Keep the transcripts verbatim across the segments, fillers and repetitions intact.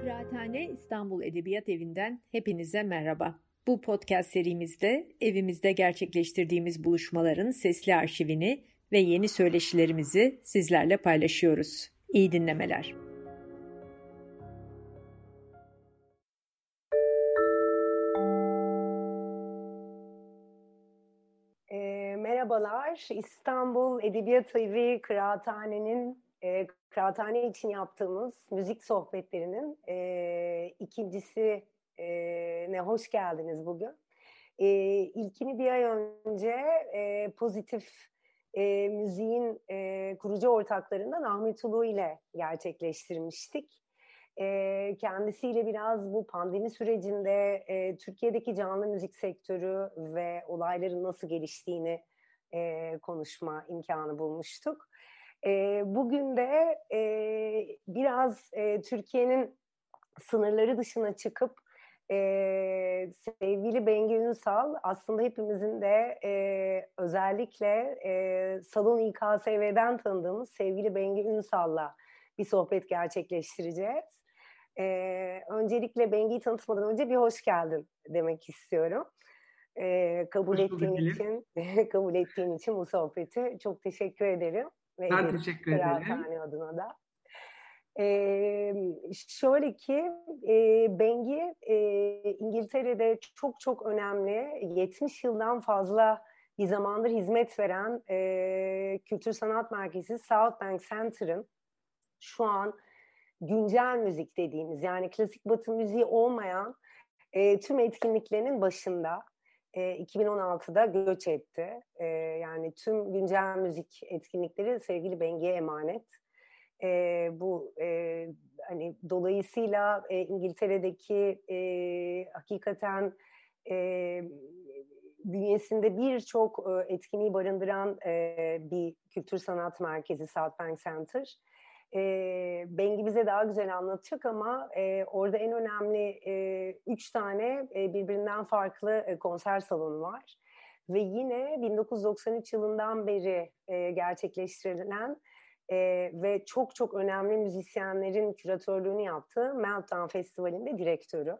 Kıraathane İstanbul Edebiyat Evi'nden hepinize merhaba. Bu podcast serimizde evimizde gerçekleştirdiğimiz buluşmaların sesli arşivini ve yeni söyleşilerimizi sizlerle paylaşıyoruz. İyi dinlemeler. E, merhabalar, İstanbul Edebiyat Evi Kıraathane'nin e, Kıraathane için yaptığımız müzik sohbetlerinin e, ikincisi e, ne hoş geldiniz bugün. E, ilkini bir ay önce e, Pozitif e, Müziğin e, kurucu ortaklarından Ahmet Ulu ile gerçekleştirmiştik. E, kendisiyle biraz bu pandemi sürecinde e, Türkiye'deki canlı müzik sektörü ve olayların nasıl geliştiğini e, konuşma imkanı bulmuştuk. E, bugün de e, biraz e, Türkiye'nin sınırları dışına çıkıp e, sevgili Bengi Ünsal aslında hepimizin de e, özellikle e, Salon İ K S V'den tanıdığımız sevgili Bengi Ünsal'la bir sohbet gerçekleştireceğiz. E, öncelikle Bengi'yi tanıtmadan önce bir hoş geldin demek istiyorum. E, kabul ettiğin için kabul ettiğin için bu sohbeti çok teşekkür ederim. Ve ben teşekkür ederim. Kıraathane adına da. Ee, şöyle ki e, Bengi e, İngiltere'de çok çok önemli yetmiş yıldan fazla bir zamandır hizmet veren e, Kültür Sanat Merkezi Southbank Center'ın şu an güncel müzik dediğimiz yani klasik batı müziği olmayan e, tüm etkinliklerinin başında. E, iki bin on altıda göç etti. E, yani tüm güncel müzik etkinlikleri sevgili Bengi'ye emanet. E, bu e, hani dolayısıyla e, İngiltere'deki e, hakikaten e, bünyesinde birçok e, etkinliği barındıran e, bir kültür sanat merkezi Southbank Center. E, Bengi bize daha güzel anlatacak ama e, orada en önemli e, üç tane e, birbirinden farklı e, konser salonu var. Ve yine bin dokuz yüz doksan üç yılından beri e, gerçekleştirilen e, ve çok çok önemli müzisyenlerin küratörlüğünü yaptığı Meltdown Festivali'nde direktörü.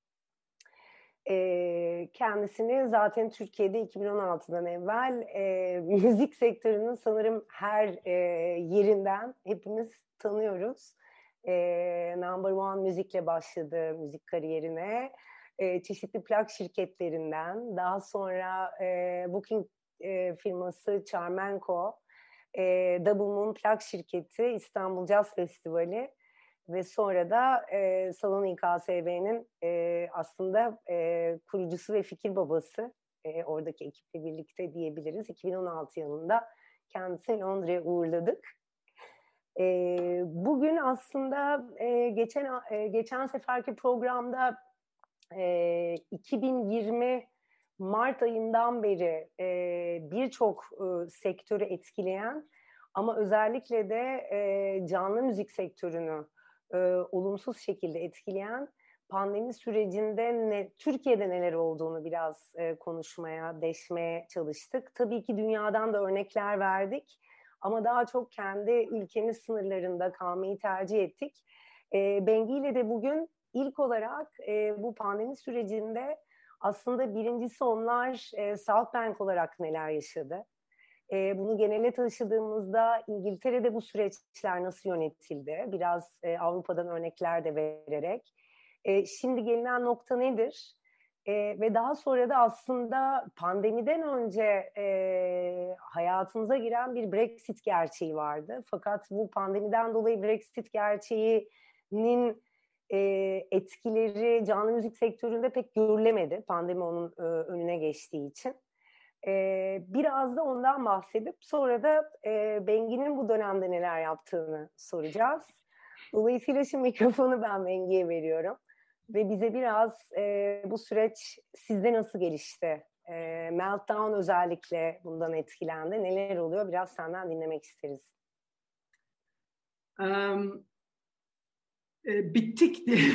E, kendisini zaten Türkiye'de iki bin on altıdan evvel e, müzik sektörünün sanırım her e, yerinden hepimiz tanıyoruz. E, Number One müzikle başladı müzik kariyerine. E, çeşitli plak şirketlerinden, daha sonra e, booking e, firması Charmenco, e, Double Moon plak şirketi, İstanbul Jazz Festivali ve sonra da e, Salon İ K S V'nin e, aslında e, kurucusu ve fikir babası, e, oradaki ekiple birlikte diyebiliriz. iki bin on altı yılında kendisini Londra'ya uğurladık. E, bugün aslında e, geçen e, geçen seferki programda e, iki bin yirmi Mart ayından beri e, birçok e, sektörü etkileyen ama özellikle de e, canlı müzik sektörünü e, olumsuz şekilde etkileyen pandemi sürecinde ne, Türkiye'de neler olduğunu biraz e, konuşmaya, deşmeye çalıştık. Tabii ki dünyadan da örnekler verdik ama daha çok kendi ülkemiz sınırlarında kalmayı tercih ettik. E, Bengi ile de bugün ilk olarak e, bu pandemi sürecinde aslında birincisi onlar e, Southbank olarak neler yaşadı? E, bunu genele taşıdığımızda İngiltere'de bu süreçler nasıl yönetildi? Biraz e, Avrupa'dan örnekler de vererek. E, şimdi gelinen nokta nedir? E, ve daha sonra da aslında pandemiden önce e, hayatımıza giren bir Brexit gerçeği vardı. Fakat bu pandemiden dolayı Brexit gerçeğinin e, etkileri canlı müzik sektöründe pek görülemedi. Pandemi onun e, önüne geçtiği için. Ee, biraz da ondan bahsedip sonra da e, Bengi'nin bu dönemde neler yaptığını soracağız. Dolayısıyla şimdi mikrofonu ben Bengi'ye veriyorum. Ve bize biraz e, bu süreç sizde nasıl gelişti? E, Meltdown özellikle bundan etkilendi. Neler oluyor? Biraz senden dinlemek isteriz. Um, e, bittik diye.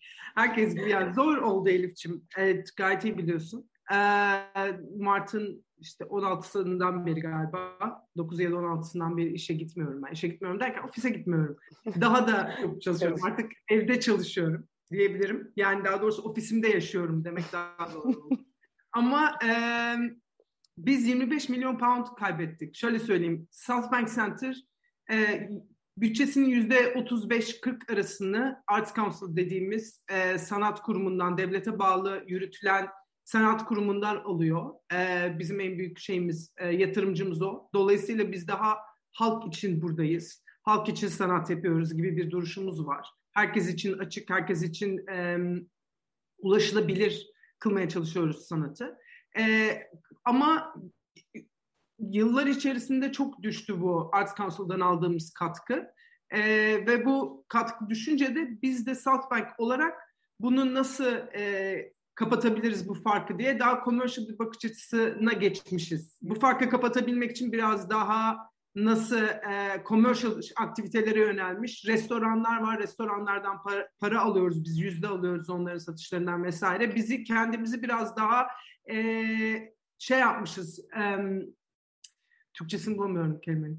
Herkes gibi. Yani zor oldu Elif'ciğim. Evet, gayet iyi biliyorsun. Mart'ın işte on altısından beri galiba, dokuz ya da on altısından beri işe gitmiyorum ben. İşe gitmiyorum derken ofise gitmiyorum. Daha da çok çalışıyorum. Artık evde çalışıyorum diyebilirim. Yani daha doğrusu ofisimde yaşıyorum demek daha doğru olur. Ama e, biz yirmi beş milyon pound kaybettik. Şöyle söyleyeyim. South Bank Center e, bütçesinin yüzde otuz beş kırk arasını Arts Council dediğimiz e, sanat kurumundan, devlete bağlı yürütülen sanat kurumundan alıyor. E, bizim en büyük şeyimiz, e, yatırımcımız o. Dolayısıyla biz daha halk için buradayız. Halk için sanat yapıyoruz gibi bir duruşumuz var. Herkes için açık, herkes için e, ulaşılabilir kılmaya çalışıyoruz sanatı. E, ama yıllar içerisinde çok düştü bu Arts Council'dan aldığımız katkı. E, ve bu katkı düşünce de biz de South Bank olarak bunu nasıl e, kapatabiliriz bu farkı diye daha commercial bir bakış açısına geçmişiz. Bu farkı kapatabilmek için biraz daha nasıl e, commercial aktivitelere yönelmiş restoranlar var. Restoranlardan para, para alıyoruz, biz yüzde alıyoruz onların satışlarından vesaire. Bizi kendimizi biraz daha e, şey yapmışız. E, Türkçesini bulamıyorum kelimenin.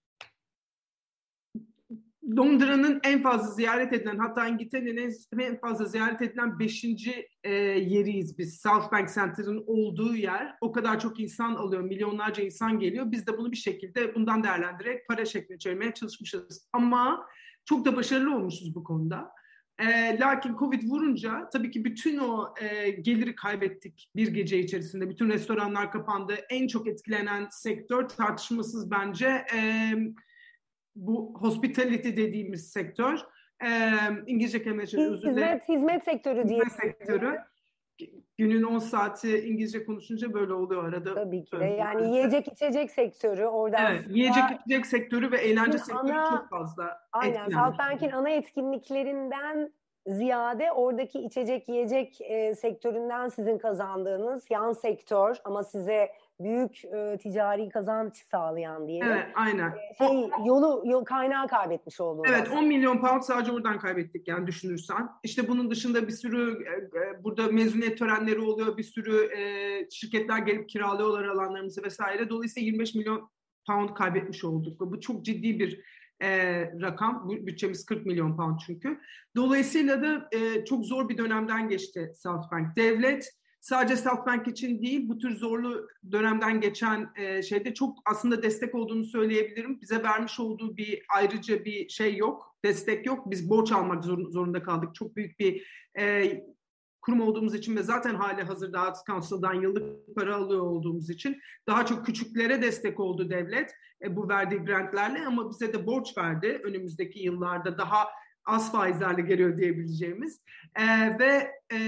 Londra'nın en fazla ziyaret edilen, hatta İngiltere'nin en fazla ziyaret edilen beşinci e, yeriyiz biz. South Bank Center'ın olduğu yer. O kadar çok insan alıyor, milyonlarca insan geliyor. Biz de bunu bir şekilde bundan değerlendirerek para şekline çevirmeye çalışmışız. Ama çok da başarılı olmuşuz bu konuda. E, lakin Covid vurunca tabii ki bütün o e, geliri kaybettik bir gece içerisinde. Bütün restoranlar kapandı. En çok etkilenen sektör tartışmasız bence E, bu hospitality dediğimiz sektör, e, İngilizce kelimesi özür dilerim. Hizmet, hizmet sektörü diye. Hizmet sektörü. Günün on saati İngilizce konuşunca böyle oluyor arada. Tabii ki de. Yani yiyecek içecek sektörü orada. Evet, yiyecek içecek sektörü ve eğlence sektörü ana, çok fazla aynen, etkilenmiş. South Bank'in ana etkinliklerinden ziyade oradaki içecek yiyecek e, sektöründen sizin kazandığınız yan sektör ama size büyük e, ticari kazanç sağlayan diyelim. Evet, aynen. E, şey yolu yol kaynağı kaybetmiş oldunuz. Evet, on milyon pound sadece oradan kaybettik yani düşünürsen. İşte bunun dışında bir sürü e, burada mezuniyet törenleri oluyor, bir sürü e, şirketler gelip kiralıyorlar alanlarımızı vesaire. Dolayısıyla yirmi beş milyon pound kaybetmiş olduk. Bu çok ciddi bir e, rakam. Bu bütçemiz kırk milyon pound çünkü. Dolayısıyla da e, çok zor bir dönemden geçti South Bank. Devlet sadece South Bank için değil, bu tür zorlu dönemden geçen e, şeyde çok aslında destek olduğunu söyleyebilirim. Bize vermiş olduğu bir ayrıca bir şey yok, destek yok. Biz borç almak zor, zorunda kaldık. Çok büyük bir e, kurum olduğumuz için ve zaten hali hazırda Arts Council'dan yıllık para alıyor olduğumuz için daha çok küçüklere destek oldu devlet e, bu verdiği grantlerle, ama bize de borç verdi önümüzdeki yıllarda daha az faizlerle geliyor diyebileceğimiz e, ve e,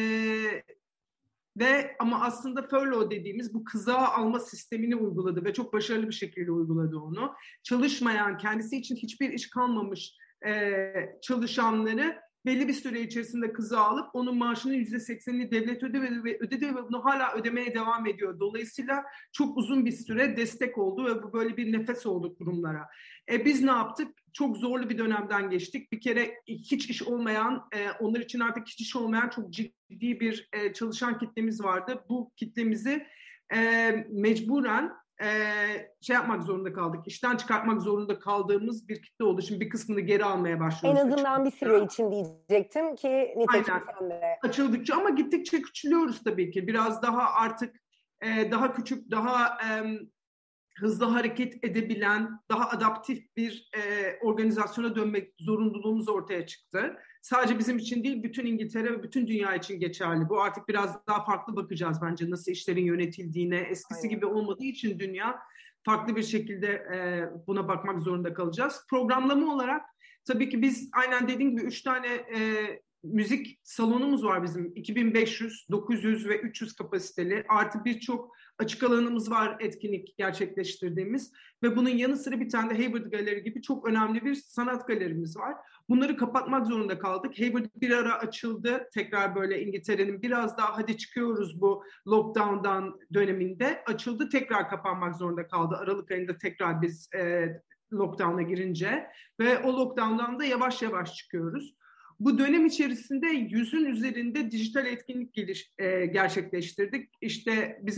Ve ama aslında furlough dediğimiz bu kızağı alma sistemini uyguladı ve çok başarılı bir şekilde uyguladı onu. Çalışmayan, kendisi için hiçbir iş kalmamış e, çalışanları belli bir süre içerisinde kızağı alıp onun maaşının yüzde seksenini devlet ödedi ve ödedi ve bunu hala ödemeye devam ediyor. Dolayısıyla çok uzun bir süre destek oldu ve bu böyle bir nefes oldu kurumlara. E, biz ne yaptık? Çok zorlu bir dönemden geçtik. Bir kere hiç iş olmayan, e, onlar için artık hiç iş olmayan çok ciddi bir e, çalışan kitlemiz vardı. Bu kitlemizi e, mecburen e, şey yapmak zorunda kaldık. İşten çıkartmak zorunda kaldığımız bir kitle oldu. Şimdi bir kısmını geri almaya başlıyoruz. En azından bir süre için diyecektim ki nitekim sen de. Açıldıkça ama gittikçe küçülüyoruz tabii ki. Biraz daha artık e, daha küçük, daha e, hızlı hareket edebilen, daha adaptif bir e, organizasyona dönmek zorunluluğumuz ortaya çıktı. Sadece bizim için değil, bütün İngiltere ve bütün dünya için geçerli. Bu artık biraz daha farklı bakacağız bence nasıl işlerin yönetildiğine. Eskisi Aynen. gibi olmadığı için dünya farklı bir şekilde e, buna bakmak zorunda kalacağız. Programlama olarak tabii ki biz aynen dediğim gibi üç tane e, müzik salonumuz var bizim. iki bin beş yüz, dokuz yüz ve üç yüz kapasiteli. Artı birçok açık alanımız var etkinlik gerçekleştirdiğimiz. Ve bunun yanı sıra bir tane de Hayward Galeri gibi çok önemli bir sanat galerimiz var. Bunları kapatmak zorunda kaldık. Hayward bir ara açıldı. Tekrar böyle İngiltere'nin biraz daha hadi çıkıyoruz bu lockdown'dan döneminde. Açıldı, tekrar kapanmak zorunda kaldı. Aralık ayında tekrar biz e, lockdown'a girince. Ve o lockdown'dan da yavaş yavaş çıkıyoruz. Bu dönem içerisinde yüzün üzerinde dijital etkinlik geliş, e, gerçekleştirdik. İşte bizim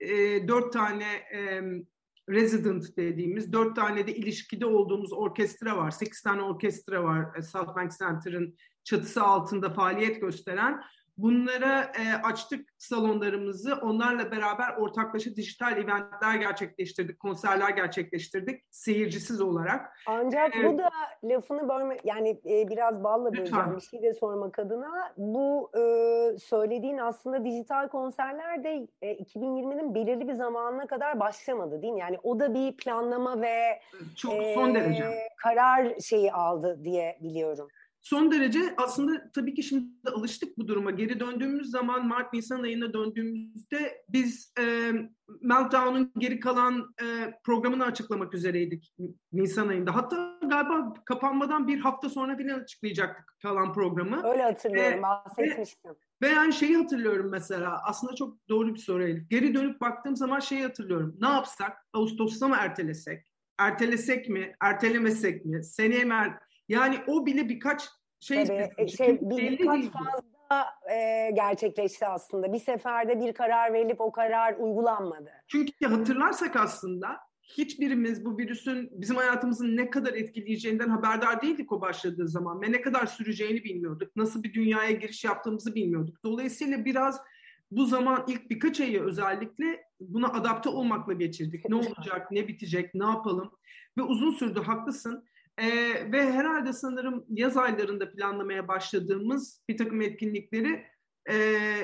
e, dört tane e, resident dediğimiz, dört tane de ilişkide olduğumuz orkestra var. Sekiz tane orkestra var e, South Bank Center'ın çatısı altında faaliyet gösteren. Bunlara e, açtık salonlarımızı. Onlarla beraber ortaklaşa dijital eventler gerçekleştirdik, konserler gerçekleştirdik seyircisiz olarak. Ancak ee, bu da lafını bölme, yani e, biraz balla böleceğim bir şey de sormak adına. Bu e, söylediğin aslında dijital konserler de e, iki bin yirminin belirli bir zamanına kadar başlamadı değil mi? Yani o da bir planlama ve çok e, son derece karar şeyi aldı diye biliyorum. Son derece aslında tabii ki şimdi alıştık bu duruma. Geri döndüğümüz zaman Mart-Nisan ayına döndüğümüzde biz e, Meltdown'un geri kalan e, programını açıklamak üzereydik Nisan ayında. Hatta galiba kapanmadan bir hafta sonra bile açıklayacaktık kalan programı. Öyle hatırlıyorum, e, bahsetmiştim. Ve yani şeyi hatırlıyorum mesela, aslında çok doğru bir soru Elif. Geri dönüp baktığım zaman şeyi hatırlıyorum. Ne yapsak? Ağustos'ta mı ertelesek? Ertelesek mi? Ertelemesek mi? Seneye mi er- Yani o bile birkaç şey, Tabii, şey bir, birkaç fazla e, gerçekleşti aslında. Bir seferde bir karar verilip o karar uygulanmadı. Çünkü hatırlarsak aslında hiçbirimiz bu virüsün bizim hayatımızın ne kadar etkileyeceğinden haberdar değildik o başladığı zaman ve ne kadar süreceğini bilmiyorduk. Nasıl bir dünyaya giriş yaptığımızı bilmiyorduk. Dolayısıyla biraz bu zaman ilk birkaç ayı özellikle buna adapte olmakla geçirdik. Ne olacak, ne bitecek, ne yapalım? Ve uzun sürdü, haklısın. Ee, ve herhalde sanırım yaz aylarında planlamaya başladığımız bir takım etkinlikleri e,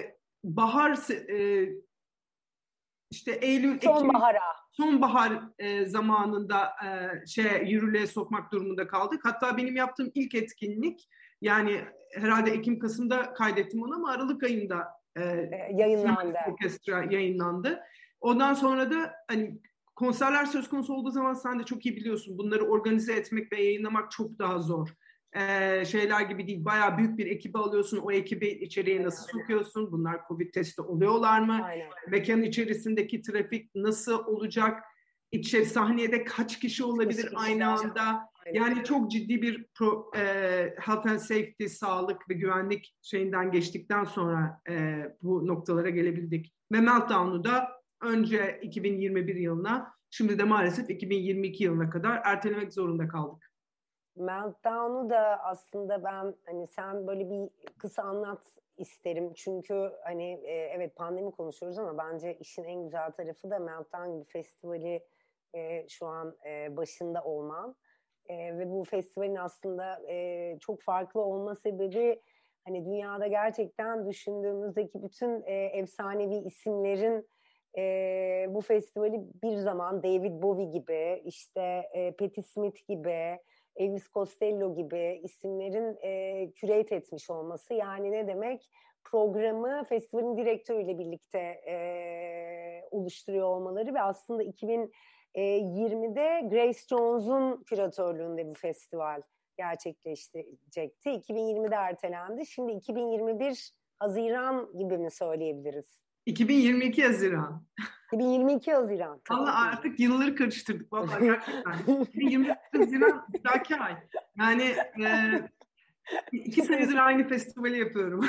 bahar e, işte Eylül, sonbahara Ekim, sonbahar e, zamanında e, şey yürürlüğe sokmak durumunda kaldık. Hatta benim yaptığım ilk etkinlik, yani herhalde Ekim Kasım'da kaydettim onu ama Aralık ayında e, yayınlandı. Orkestra yayınlandı. Ondan sonra da hani konserler söz konusu olduğu zaman sen de çok iyi biliyorsun. Bunları organize etmek ve yayınlamak çok daha zor. Ee, şeyler gibi değil. Bayağı büyük bir ekibi alıyorsun. O ekibi içeriye nasıl sokuyorsun? Bunlar Covid testi oluyorlar mı? Aynen. Mekan içerisindeki trafik nasıl olacak? İçeri sahnede kaç kişi olabilir kişi aynı anda? Aynen. Yani çok ciddi bir pro, e, health and safety, sağlık ve güvenlik şeyinden geçtikten sonra e, bu noktalara gelebildik. Ve Meltdown'u da önce iki bin yirmi bir yılına, şimdi de maalesef iki bin yirmi iki yılına kadar ertelemek zorunda kaldık. Meltdown'u da aslında ben hani sen böyle bir kısa anlat isterim. Çünkü hani e, evet pandemi konuşuyoruz ama bence işin en güzel tarafı da Meltdown gibi festivali e, şu an e, başında olman. E, ve bu festivalin aslında e, çok farklı olma sebebi hani dünyada gerçekten düşündüğümüzdeki bütün e, efsanevi isimlerin e, bu festivali bir zaman David Bowie gibi, işte e, Patti Smith gibi, Elvis Costello gibi isimlerin e, curate etmiş olması. Yani ne demek? Programı festivalin direktörüyle birlikte e, oluşturuyor olmaları ve aslında iki bin yirmide Grace Jones'un küratörlüğünde bu festival gerçekleşecekti. iki bin yirmide ertelendi. Şimdi iki bin yirmi bir Haziran gibi mi söyleyebiliriz? iki bin yirmi iki Haziran. iki bin yirmi iki Haziran. Valla artık yılları karıştırdık vallahi gerçekten. iki bin yirmi iki Haziran bir dahaki ay. Yani e, iki senedir aynı festivali yapıyorum.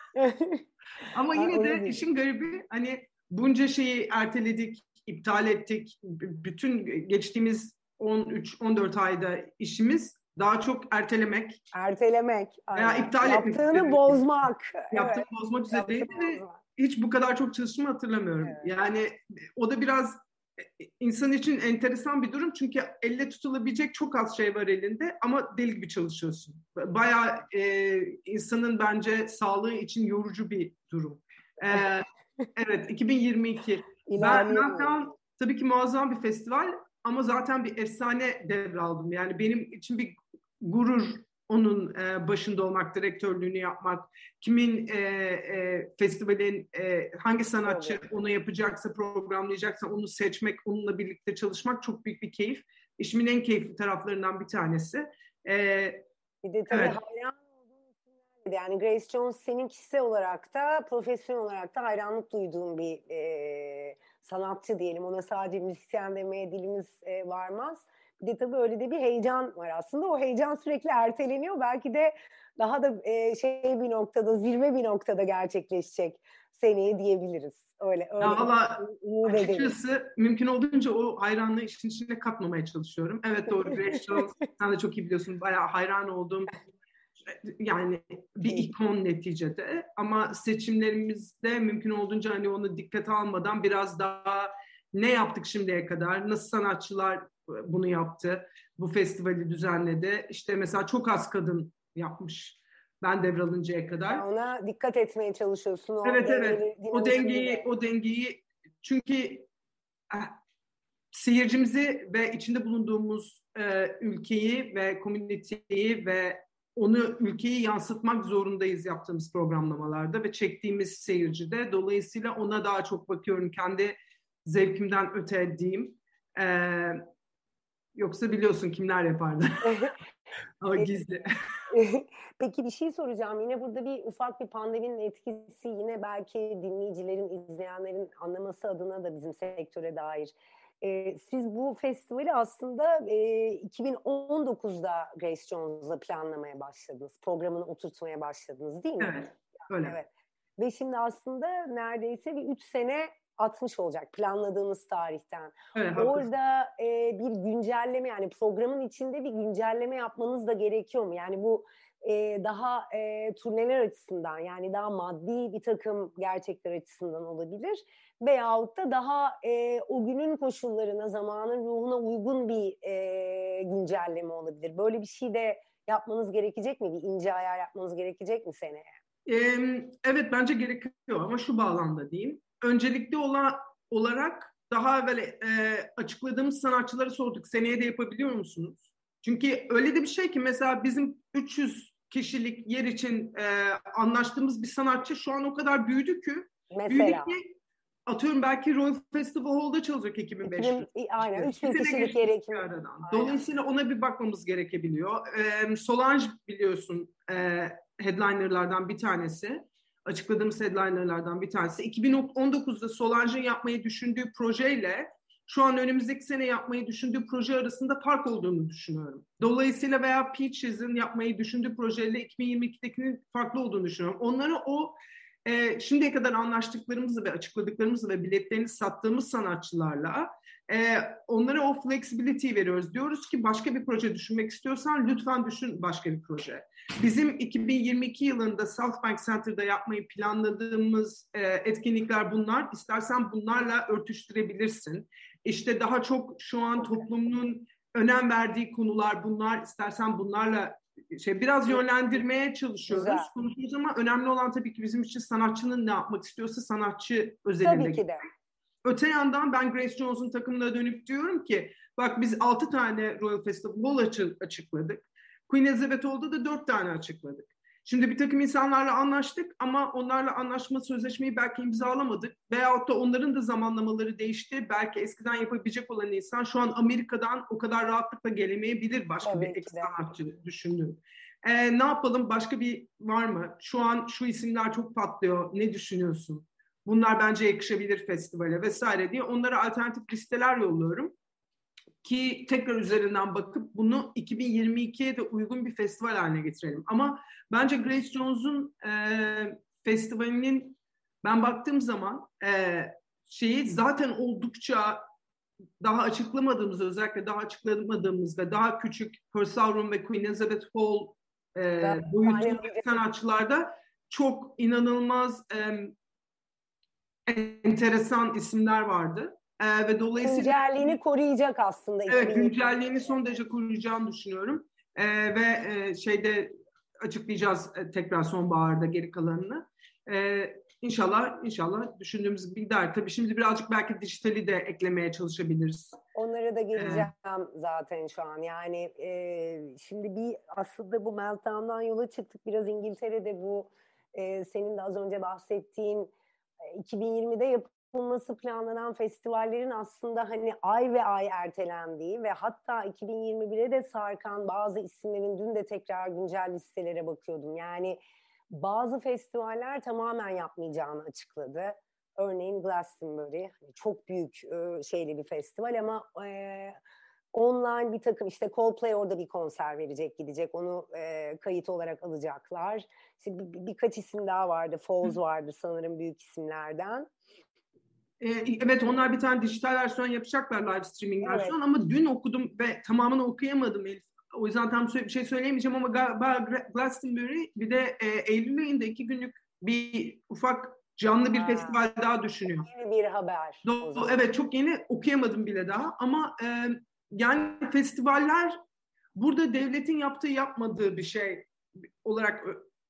Ama yine de işin garibi hani bunca şeyi erteledik, iptal ettik. Bütün geçtiğimiz on üç on dört ayda işimiz daha çok ertelemek. Ertelemek. Veya iptal Yaptığını etmek. Yaptığını bozmak. Yaptığını evet. bozmak üzereydi ve hiç bu kadar çok çalıştığımı hatırlamıyorum. Evet. Yani o da biraz insan için enteresan bir durum. Çünkü elle tutulabilecek çok az şey var elinde ama deli gibi çalışıyorsun. Bayağı e, insanın bence sağlığı için yorucu bir durum. E, evet, iki bin yirmi iki. Ben, ben tabii ki muazzam bir festival ama zaten bir efsane devraldım. Yani benim için bir gurur onun e, başında olmak, direktörlüğünü yapmak, kimin e, e, festivalin e, hangi sanatçı evet. onu yapacaksa, programlayacaksa onu seçmek, onunla birlikte çalışmak çok büyük bir keyif. İşimin en keyifli taraflarından bir tanesi. E, bir de tabii evet. hayran olduğum isimler, yani Grace Jones senin kişisel olarak da, profesyonel olarak da hayranlık duyduğum bir e, sanatçı diyelim. Ona sadece müzisyen demeye dilimiz e, varmaz. Bir de tabii öyle de bir heyecan var aslında. O heyecan sürekli erteleniyor. Belki de daha da e, şey bir noktada, zirve bir noktada gerçekleşecek seneye diyebiliriz. Öyle öyle. Ya valla umut edelim. açıkçası mümkün olduğunca o hayranlığı işin içine katmamaya çalışıyorum. Evet doğru, Grace Jones sen de çok iyi biliyorsun. Bayağı hayran olduğum, yani bir ikon neticede, ama seçimlerimizde mümkün olduğunca hani onu dikkate almadan biraz daha ne yaptık şimdiye kadar, nasıl sanatçılar bunu yaptı, bu festivali düzenledi. İşte mesela çok az kadın yapmış ben devralıncaya kadar. Ya ona dikkat etmeye çalışıyorsun. O evet evet o dengeyi de. o dengeyi çünkü eh, seyircimizi ve içinde bulunduğumuz e, ülkeyi ve komüniteyi ve onu, ülkeyi yansıtmak zorundayız yaptığımız programlamalarda ve çektiğimiz seyircide. Dolayısıyla ona daha çok bakıyorum, kendi zevkimden öte diyeyim. Ee, yoksa biliyorsun kimler yapardı. Ama gizli. Peki bir şey soracağım. Yine burada bir ufak bir pandeminin etkisi, yine belki dinleyicilerin, izleyenlerin anlaması adına da bizim sektöre dair. Ee, siz bu festivali aslında e, iki bin on dokuzda Grace Jones'la planlamaya başladınız. Programını oturtmaya başladınız değil mi? Evet, öyle. Evet. Ve şimdi aslında neredeyse bir üç sene atmış olacak planladığımız tarihten. Evet, orada e, bir güncelleme, yani programın içinde bir güncelleme yapmanız da gerekiyor mu? Yani bu e, daha e, turneler açısından, yani daha maddi bir takım gerçekler açısından olabilir. Veyahut da daha e, o günün koşullarına, zamanın ruhuna uygun bir e, güncelleme olabilir. Böyle bir şey de yapmanız gerekecek mi? Bir ince ayar yapmanız gerekecek mi seneye? Ee, evet bence gerekiyor, ama şu bağlamda diyeyim. Öncelikli olan, olarak daha evvel e, açıkladığımız sanatçılara sorduk. Seneye de yapabiliyor musunuz? Çünkü öyle de bir şey ki mesela bizim üç yüz kişilik yer için e, anlaştığımız bir sanatçı şu an o kadar büyüdü ki, Mesela. büyüdü ki atıyorum belki Royal Festival Hall'da çalacak iki bin beş yüz. Aynen, üç bin kişilik yer ekimi. Dolayısıyla ona bir bakmamız gerekebiliyor. Ee, Solange biliyorsun e, headlinerlardan bir tanesi. Açıkladığımız headlinerlardan bir tanesi. iki bin on dokuzda Solange'ın yapmayı düşündüğü projeyle şu an önümüzdeki sene yapmayı düşündüğü proje arasında fark olduğunu düşünüyorum. Dolayısıyla veya Peaches'in yapmayı düşündüğü projeyle iki bin yirmi ikidekinin farklı olduğunu düşünüyorum. Onları o e, şimdiye kadar anlaştıklarımızla ve açıkladıklarımızla ve biletlerini sattığımız sanatçılarla e, onlara o flexibility veriyoruz. Diyoruz ki başka bir proje düşünmek istiyorsan lütfen düşün başka bir proje. Bizim iki bin yirmi iki yılında South Bank Center'da yapmayı planladığımız e, etkinlikler bunlar. İstersen bunlarla örtüştürebilirsin. İşte daha çok şu an toplumun önem verdiği konular bunlar. İstersen bunlarla şey biraz yönlendirmeye çalışıyoruz, Güzel. konuşuyoruz, ama önemli olan tabii ki bizim için sanatçının ne yapmak istiyorsa sanatçı özelinde. Tabii ki de. Öte yandan ben Grace Jones'un takımına dönüp diyorum ki bak biz altı tane Royal Festival Hall açıkladık. Queen Elizabeth Hall'da da dört tane açıkladık. Şimdi bir takım insanlarla anlaştık ama onlarla anlaşma sözleşmeyi belki imzalamadık. Veyahut da onların da zamanlamaları değişti. Belki eskiden yapabilecek olan insan şu an Amerika'dan o kadar rahatlıkla gelemeyebilir, başka Tabii bir ex de. sanatçı düşündüğüm. Ee, ne yapalım? Başka bir var mı? Şu an şu isimler çok patlıyor. Ne düşünüyorsun? Bunlar bence yakışabilir festivale vesaire diye onlara alternatif listeler yolluyorum. Ki tekrar üzerinden bakıp bunu iki bin yirmi ikiye de uygun bir festival haline getirelim. Ama bence Grace Jones'un e, festivalinin ben baktığım zaman e, şeyi zaten oldukça daha açıklamadığımız, özellikle daha açıklamadığımız ve daha küçük Purcell Room ve Queen Elizabeth Hall e, boyutundaki sanatçılarda çok inanılmaz e, enteresan isimler vardı. Ee, ve dolayısıyla güncelliğini koruyacak aslında. Evet, güncelliğini son derece koruyacağını düşünüyorum. Ee, ve e, şeyde açıklayacağız e, tekrar sonbaharda geri kalanını. Ee, inşallah inşallah düşündüğümüz gibi gider. Tabii şimdi birazcık belki dijitali de eklemeye çalışabiliriz. Onlara da geleceğim ee, zaten şu an. Yani e, şimdi bir aslında bu Meltdown'dan yola çıktık. Biraz İngiltere'de bu e, senin de az önce bahsettiğin iki bin yirmide yapılması planlanan festivallerin aslında hani ay ve ay ertelendiği ve hatta iki bin yirmi bire de sarkan bazı isimlerin, dün de tekrar güncel listelere bakıyordum. Yani bazı festivaller tamamen yapmayacağını açıkladı. Örneğin Glastonbury çok büyük şeyli bir festival ama online bir takım işte Coldplay orada bir konser verecek, gidecek. Onu e, kayıt olarak alacaklar. İşte bir, bir, birkaç isim daha vardı. Foz vardı sanırım büyük isimlerden. Evet, onlar bir tane dijital versiyon yapacaklar, live streaming Evet. versiyon, ama dün okudum ve tamamını okuyamadım Elif. O yüzden tam bir şey söyleyemeyeceğim ama galiba Glastonbury bir de e, Eylül ayında iki günlük bir ufak canlı bir ha. festival daha düşünüyor. Yeni bir haber. Do- evet, çok yeni, okuyamadım bile daha ama e, yani festivaller burada devletin yaptığı yapmadığı bir şey olarak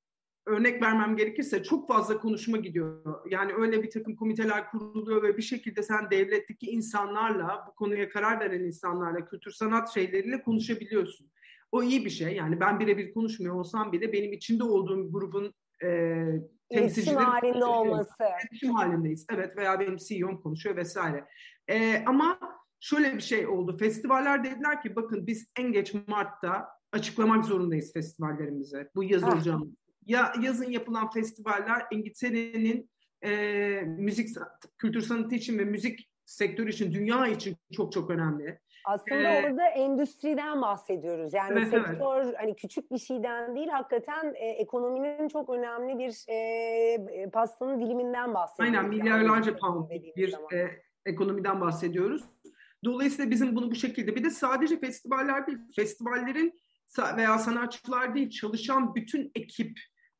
örnek vermem gerekirse çok fazla konuşma gidiyor. Yani öyle bir takım komiteler kuruluyor ve bir şekilde sen devletteki insanlarla, bu konuya karar veren insanlarla, kültür sanat şeyleriyle konuşabiliyorsun. O iyi bir şey. Yani ben birebir konuşmuyor olsam bile benim içinde olduğum grubun e, temsilcileri halinde olması. İletişim halindeyiz. Evet, veya benim C E O'm konuşuyor vesaire. E, ama şöyle bir şey oldu. Festivaller dediler ki bakın biz en geç Mart'ta açıklamak zorundayız festivallerimize. Bu yaz olacağını. Ya yazın yapılan festivaller İngiltere'nin e, müzik kültür sanatı için ve müzik sektörü için, dünya için çok çok önemli. Aslında ee, orada endüstriden bahsediyoruz. Yani evet, sektör evet. hani küçük bir şeyden değil, hakikaten e, ekonominin çok önemli bir e, pastanın diliminden bahsediyoruz. Aynen, milyarlarca pound bir e, ekonomiden bahsediyoruz. Dolayısıyla bizim bunu bu şekilde, bir de sadece festivaller değil, festivallerin veya sanatçılar değil, çalışan bütün ekip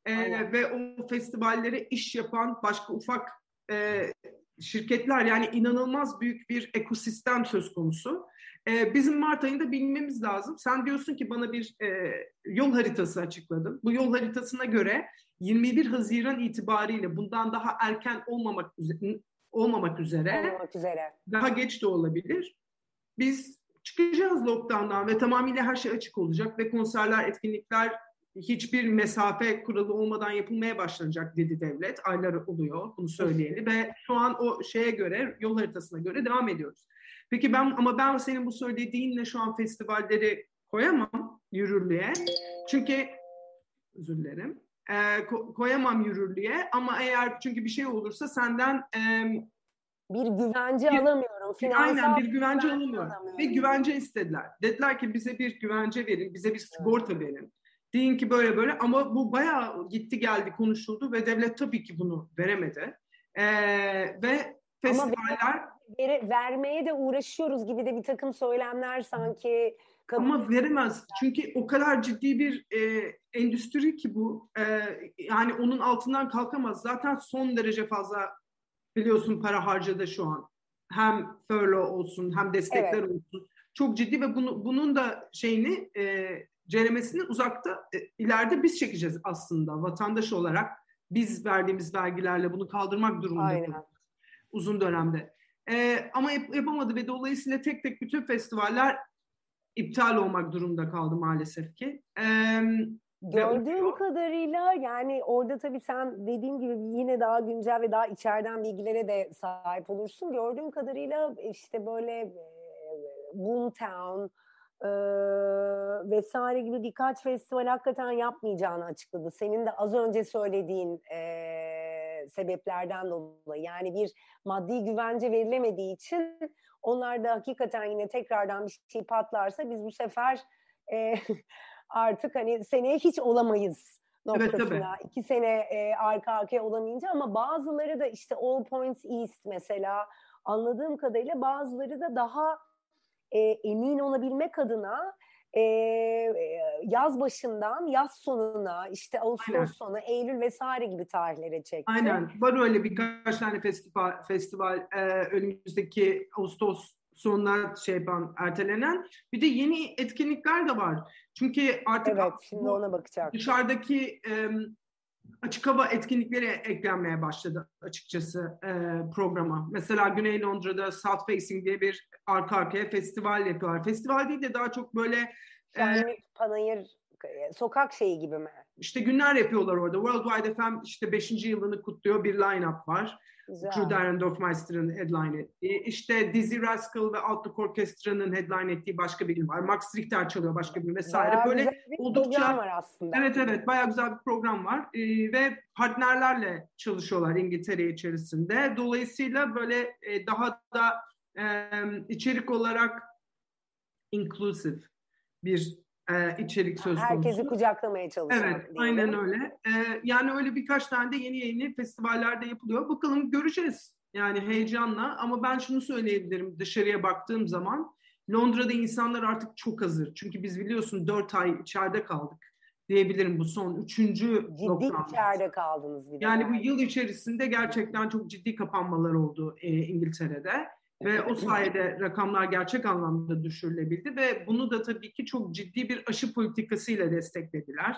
e, ve o festivallere iş yapan başka ufak e, şirketler, yani inanılmaz büyük bir ekosistem söz konusu. E, bizim Mart ayında bilmemiz lazım. Sen diyorsun ki bana bir e, yol haritası açıkladın. Bu yol haritasına göre yirmi bir Haziran itibariyle, bundan daha erken olmamak üzere, olmamak üzere, olmamak üzere, daha geç de olabilir, biz çıkacağız lockdown'dan ve tamamıyla her şey açık olacak ve konserler, etkinlikler hiçbir mesafe kuralı olmadan yapılmaya başlanacak dedi devlet. Aylar oluyor bunu söyleyeli ve şu an o şeye göre, yol haritasına göre devam ediyoruz. Peki ben, ama ben senin bu söylediğinle şu an festivalleri koyamam yürürlüğe. Çünkü özür dilerim. E, ko- koyamam yürürlüğe, ama eğer, çünkü bir şey olursa senden e, bir güvence bir, alamıyorum. Finansal aynen bir güvence, güvence alamıyorum. Ve güvence istediler. Dediler ki bize bir güvence verin, bize bir sigorta evet. verin. Deyin ki böyle böyle, ama bu bayağı gitti geldi konuşuldu ve devlet tabii ki bunu veremedi. Ee, ve festivaller... Ver, vermeye de uğraşıyoruz gibi de bir takım söylemler sanki... Ama veremez. Çünkü o kadar ciddi bir e, endüstri ki bu. E, yani onun altından kalkamaz. Zaten son derece fazla, biliyorsun, para harcadı şu an. Hem furlough olsun, hem destekler evet. olsun. Çok ciddi ve bunu, bunun da şeyini, e, ceremesini uzakta, e, ileride biz çekeceğiz aslında. Vatandaş olarak biz verdiğimiz vergilerle bunu kaldırmak durumunda. Uzun dönemde. E, ama yap, yapamadı ve dolayısıyla tek tek bütün festivaller iptal olmak durumunda kaldı maalesef ki. Ee, Gördüğüm kadarıyla, yani orada tabii sen dediğim gibi yine daha güncel ve daha içeriden bilgilere de sahip olursun. Gördüğüm kadarıyla işte böyle e, Boomtown e, vesaire gibi birkaç festival hakikaten yapmayacağını açıkladı. Senin de az önce söylediğin e, sebeplerden dolayı. Yani bir maddi güvence verilemediği için onlar da hakikaten yine tekrardan bir şey patlarsa biz bu sefer e, artık hani seneye hiç olamayız noktasına. Evet, İki sene e, arka arkaya olamayınca, ama bazıları da işte All Points East mesela, anladığım kadarıyla bazıları da daha e, emin olabilmek adına e, yaz başından yaz sonuna, işte Ağustos Aynen. sonu, Eylül vesaire gibi tarihlere çekti. Aynen. Var öyle birkaç tane festival, festival e, önümüzdeki Ağustos sonuna şey yapan, ertelenen. Bir de yeni etkinlikler de var. Çünkü artık evet, şimdi ona bakacak. Dışarıdaki e, açık hava etkinlikleri eklenmeye başladı açıkçası e, programa. Mesela Güney Londra'da South Facing diye bir arka arkaya festival yapıyorlar. Festival değil de daha çok böyle şenlik, e, panayır, sokak şeyi gibi mi? İşte günler yapıyorlar orada. Worldwide F M işte beşinci yılını kutluyor. Bir line-up var. Drew Darren Dorfmeister'ın headline ettiği. İşte Dizzy Rascal ve Outlook Orkestra'nın headline ettiği başka bir gün var. Max Richter çalıyor başka bir gün vesaire. Bayağı böyle güzel bir oldukça program var aslında. Evet evet, bayağı güzel bir program var. Ee, ve partnerlerle çalışıyorlar İngiltere içerisinde. Dolayısıyla böyle e, daha da e, içerik olarak inclusive bir e, içerik söz konusu. Herkesi kucaklamaya çalışan. Evet, aynen öyle. E, yani öyle birkaç tane de yeni yeni festivallerde yapılıyor. Bakalım göreceğiz. Yani heyecanla, ama ben şunu söyleyebilirim dışarıya baktığım zaman. Londra'da insanlar artık çok hazır. Çünkü biz biliyorsun dört ay içeride kaldık diyebilirim, bu son üçüncü Ciddi lockdown. içeride kaldınız bir de. Yani bu yıl içerisinde gerçekten çok ciddi kapanmalar oldu e, İngiltere'de. Ve o sayede rakamlar gerçek anlamda düşürülebildi ve bunu da tabii ki çok ciddi bir aşı politikasıyla desteklediler.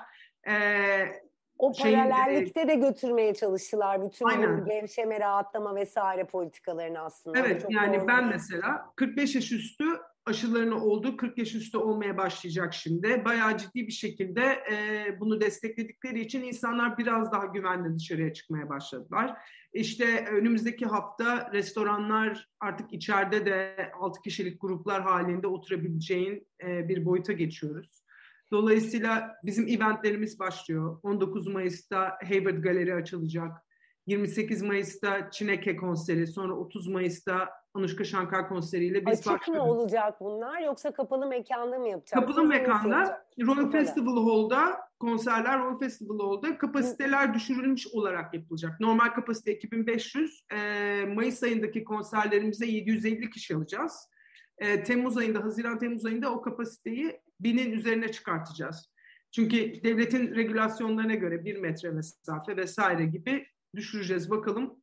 Ee, o şeyin, paralellikte e, de götürmeye çalıştılar bütün aynen. bu gevşeme, rahatlama vesaire politikalarını aslında. Evet, çok yani ben mesela kırk beş yaş üstü aşılarını oldu, kırk yaş üstü olmaya başlayacak şimdi. Bayağı ciddi bir şekilde e, bunu destekledikleri için insanlar biraz daha güvenle dışarıya çıkmaya başladılar. İşte önümüzdeki hafta restoranlar artık içeride de altı kişilik gruplar halinde oturabileceğin e, bir boyuta geçiyoruz. Dolayısıyla bizim eventlerimiz başlıyor. on dokuz Mayıs'ta Hayward Galeri açılacak. yirmi sekiz Mayıs'ta Çineke konseri, sonra otuz Mayıs'ta Anuşka Shankar konseriyle biz başlıyoruz. Açık mı olacak bunlar yoksa kapalı mekanda mı yapacaksınız? Kapalı mekanda, Royal Festival Hall'da konserler, Royal Festival Hall'da kapasiteler Hı. düşürülmüş olarak yapılacak. Normal kapasite iki bin beş yüz, e, Mayıs ayındaki konserlerimize yedi yüz elli kişi alacağız. E, Temmuz ayında, Haziran-Temmuz ayında o kapasiteyi binin üzerine çıkartacağız. Çünkü devletin regülasyonlarına göre bir metre mesafe vesaire gibi düşüreceğiz. Bakalım.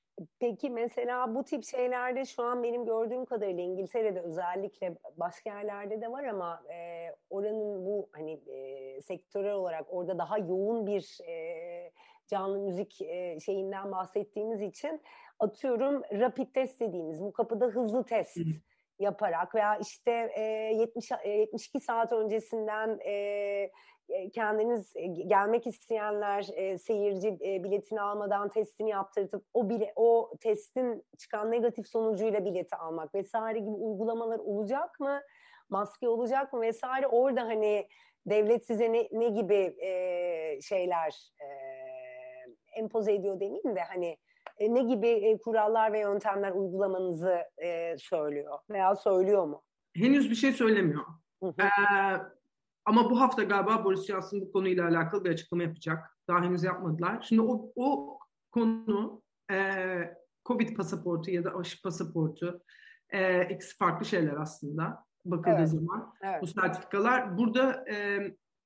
Peki mesela bu tip şeylerde şu an benim gördüğüm kadarıyla İngiltere'de özellikle, başka yerlerde de var ama e, oranın bu hani e, sektörel olarak orada daha yoğun bir e, canlı müzik e, şeyinden bahsettiğimiz için, atıyorum rapid test dediğimiz bu kapıda hızlı test Hı. yaparak veya işte e, yetmiş, yetmiş iki saat öncesinden e, kendiniz gelmek isteyenler e, seyirci e, biletini almadan testini yaptırtıp o bile o testin çıkan negatif sonucuyla bileti almak vesaire gibi uygulamalar olacak mı? Maske olacak mı vesaire? Orada hani devlet size ne, ne gibi e, şeyler e, empoze ediyor demeyeyim de hani e, ne gibi e, kurallar ve yöntemler uygulamanızı e, söylüyor veya söylüyor mu? Henüz bir şey söylemiyor. Hı hı. Ee, Ama bu hafta galiba Boris Johnson bu konuyla alakalı bir açıklama yapacak. Daha henüz yapmadılar. Şimdi o, o konu e, Covid pasaportu ya da aşı pasaportu e, ikisi farklı şeyler aslında bakıldığı evet. zaman. Evet. Bu sertifikalar burada e,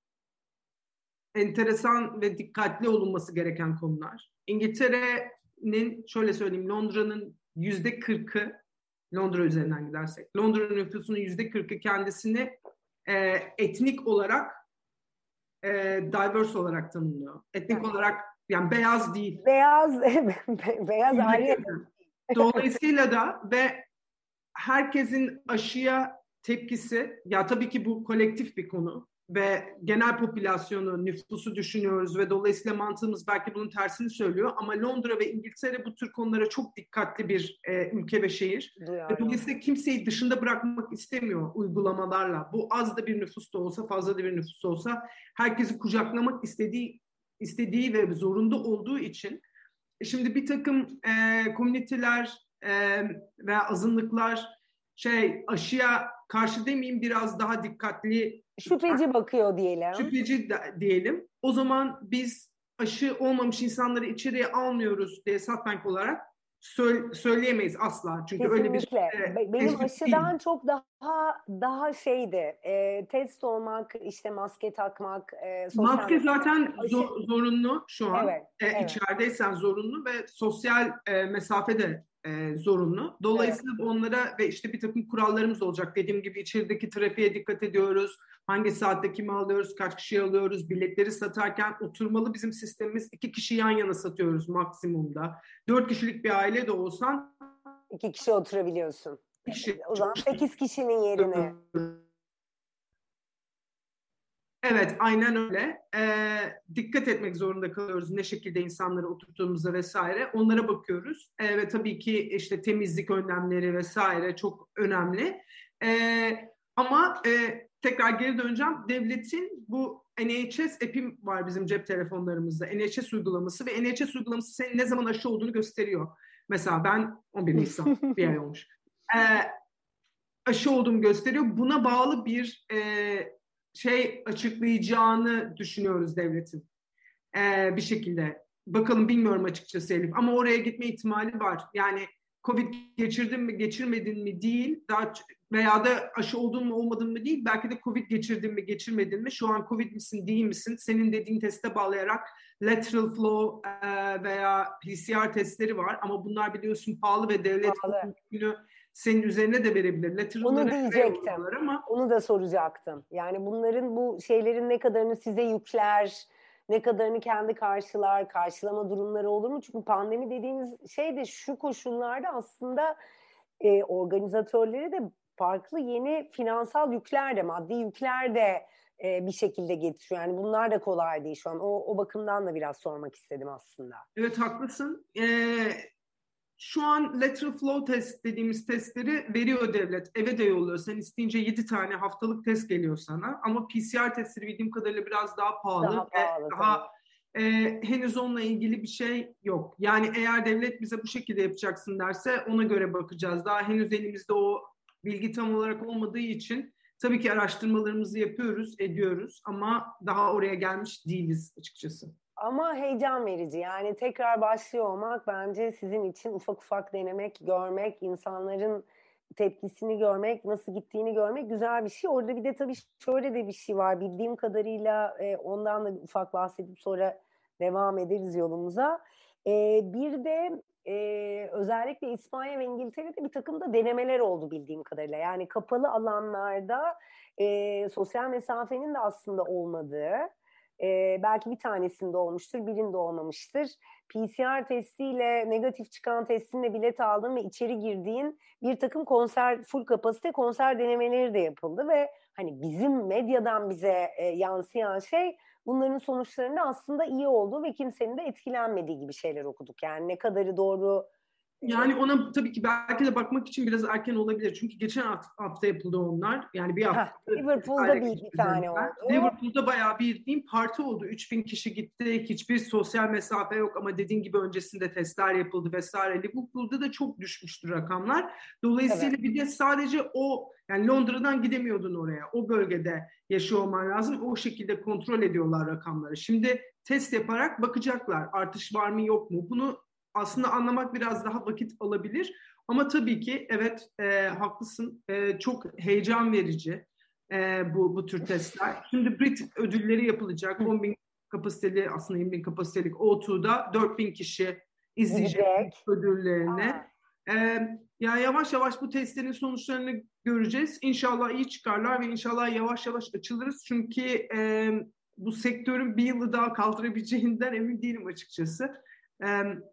enteresan ve dikkatli olunması gereken konular. İngiltere'nin, şöyle söyleyeyim, Londra'nın yüzde kırkı, Londra üzerinden gidersek, Londra'nın nüfusunun yüzde kırkı kendisini E, etnik olarak e, diverse olarak tanımlıyor. Etnik evet. olarak yani beyaz değil. Beyaz beyaz ayrı. Dolayısıyla da ve herkesin aşıya tepkisi, ya tabii ki bu kolektif bir konu ve genel popülasyonu, nüfusu düşünüyoruz ve dolayısıyla mantığımız belki bunun tersini söylüyor ama Londra ve İngiltere bu tür konulara çok dikkatli bir e, ülke ve şehir. Duyarlı. Ve dolayısıyla kimseyi dışında bırakmak istemiyor uygulamalarla. Bu az da bir nüfus da olsa, fazla da bir nüfus da olsa herkesi kucaklamak istediği istediği ve zorunda olduğu için şimdi bir takım e, komüniteler e, veya azınlıklar şey aşıya karşı demeyeyim, biraz daha dikkatli, şüpheci bakıyor diyelim. Şüpheci de, diyelim. O zaman biz aşı olmamış insanları içeriye almıyoruz diye Southbank olarak söyle, söyleyemeyiz asla. Çünkü kesinlikle. Öyle bir e, benim aşıdan değil. Çok daha daha şeydi. E, test olmak, işte maske takmak, e, sosyal maske zaten aşı... zor, zorunlu şu an. Evet, e, evet. İçerideysen zorunlu ve sosyal e, mesafe de e, zorunlu. Dolayısıyla evet. onlara ve işte bir takım kurallarımız olacak. Dediğim gibi içerideki trafiğe dikkat ediyoruz. Hangi saatte kimi alıyoruz, kaç kişi alıyoruz, biletleri satarken oturmalı bizim sistemimiz. iki kişi yan yana satıyoruz maksimumda. Dört kişilik bir aile de olsan iki kişi oturabiliyorsun. Kişi. O zaman sekiz kişinin yerine. Evet, aynen öyle. Ee, dikkat etmek zorunda kalıyoruz ne şekilde insanları oturttuğumuzda vesaire. Onlara bakıyoruz. Ee, ve tabii ki işte temizlik önlemleri vesaire çok önemli. Ee, ama e, tekrar geri döneceğim. Devletin bu N H S app'i var bizim cep telefonlarımızda. N H S uygulaması ve N H S uygulaması senin ne zaman aşı olduğunu gösteriyor. Mesela ben on bir Nisan bir ay olmuş. Ee, aşı olduğumu gösteriyor. Buna bağlı bir e, şey açıklayacağını düşünüyoruz devletin e, bir şekilde. Bakalım, bilmiyorum açıkçası Elif, ama oraya gitme ihtimali var. Yani Covid geçirdin mi geçirmedin mi değil, daha veya da aşı oldun mu olmadın mı değil, belki de Covid geçirdin mi geçirmedin mi, şu an Covid misin değil misin, senin dediğin teste bağlayarak lateral flow e, veya P C R testleri var, ama bunlar biliyorsun pahalı ve devlet Pahalı. günü senin üzerine de verebilir. Lateral'ları Onu diyecektim. ama Onu da soracaktım. Yani bunların, bu şeylerin ne kadarını size yükler, ne kadarını kendi karşılar, karşılama durumları olur mu? Çünkü pandemi dediğimiz şey de şu koşullarda aslında e, organizatörleri de farklı yeni finansal yükler de, maddi yükler de e, bir şekilde getiriyor. Yani bunlar da kolay değil şu an. O, o bakımdan da biraz sormak istedim aslında. Evet, haklısın. Ee, şu an lateral flow test dediğimiz testleri veriyor devlet. Eve de yolluyor. Sen isteyince yedi tane haftalık test geliyor sana. Ama P C R testleri bildiğim kadarıyla biraz daha pahalı. Daha pahalı ve daha e, henüz onunla ilgili bir şey yok. Yani eğer devlet bize bu şekilde yapacaksın derse ona göre bakacağız. Daha henüz elimizde o bilgi tam olarak olmadığı için tabii ki araştırmalarımızı yapıyoruz, ediyoruz, ama daha oraya gelmiş değiliz açıkçası. Ama heyecan verici. Yani tekrar başlıyor olmak bence sizin için ufak ufak denemek, görmek, insanların tepkisini görmek, nasıl gittiğini görmek güzel bir şey. Orada bir de tabii şöyle de bir şey var. Bildiğim kadarıyla e, ondan da ufak bahsedip sonra devam ederiz yolumuza. E, bir de e, özellikle İspanya ve İngiltere'de bir takım da denemeler oldu bildiğim kadarıyla. Yani kapalı alanlarda e, sosyal mesafenin de aslında olmadığı, Ee, belki bir tanesinde olmuştur, birinde olmamıştır. P C R testiyle negatif çıkan testinle bilet aldın ve içeri girdiğin bir takım konser, full kapasite konser denemeleri de yapıldı ve hani bizim medyadan bize e, yansıyan şey bunların sonuçlarının aslında iyi olduğu ve kimsenin de etkilenmediği gibi şeyler okuduk. Yani ne kadarı doğru. Yani ona tabii ki belki de bakmak için biraz erken olabilir. Çünkü geçen hafta yapıldı onlar. Yani bir hafta. Heh, Liverpool'da bir, bir tane oldu. Liverpool'da bayağı bildiğim parti oldu. üç bin kişi gitti. Hiçbir sosyal mesafe yok, ama dediğin gibi öncesinde testler yapıldı vesaire. Liverpool'da da çok düşmüştü rakamlar. Dolayısıyla evet. Bir de sadece o, yani Londra'dan gidemiyordun oraya. O bölgede yaşıyor olman lazım. O şekilde kontrol ediyorlar rakamları. Şimdi test yaparak bakacaklar. Artış var mı yok mu? Bunu aslında anlamak biraz daha vakit alabilir. Ama tabii ki evet, e, haklısın. E, çok heyecan verici e, bu, bu tür testler. Şimdi Brit ödülleri yapılacak. on bin kapasiteli, aslında yirmi bin kapasitelik O iki'da dört bin kişi izleyecek ödüllerini. E, yani yavaş yavaş bu testlerin sonuçlarını göreceğiz. İnşallah iyi çıkarlar ve inşallah yavaş yavaş açılırız. Çünkü e, bu sektörün bir yılı daha kaldırabileceğinden emin değilim açıkçası. E,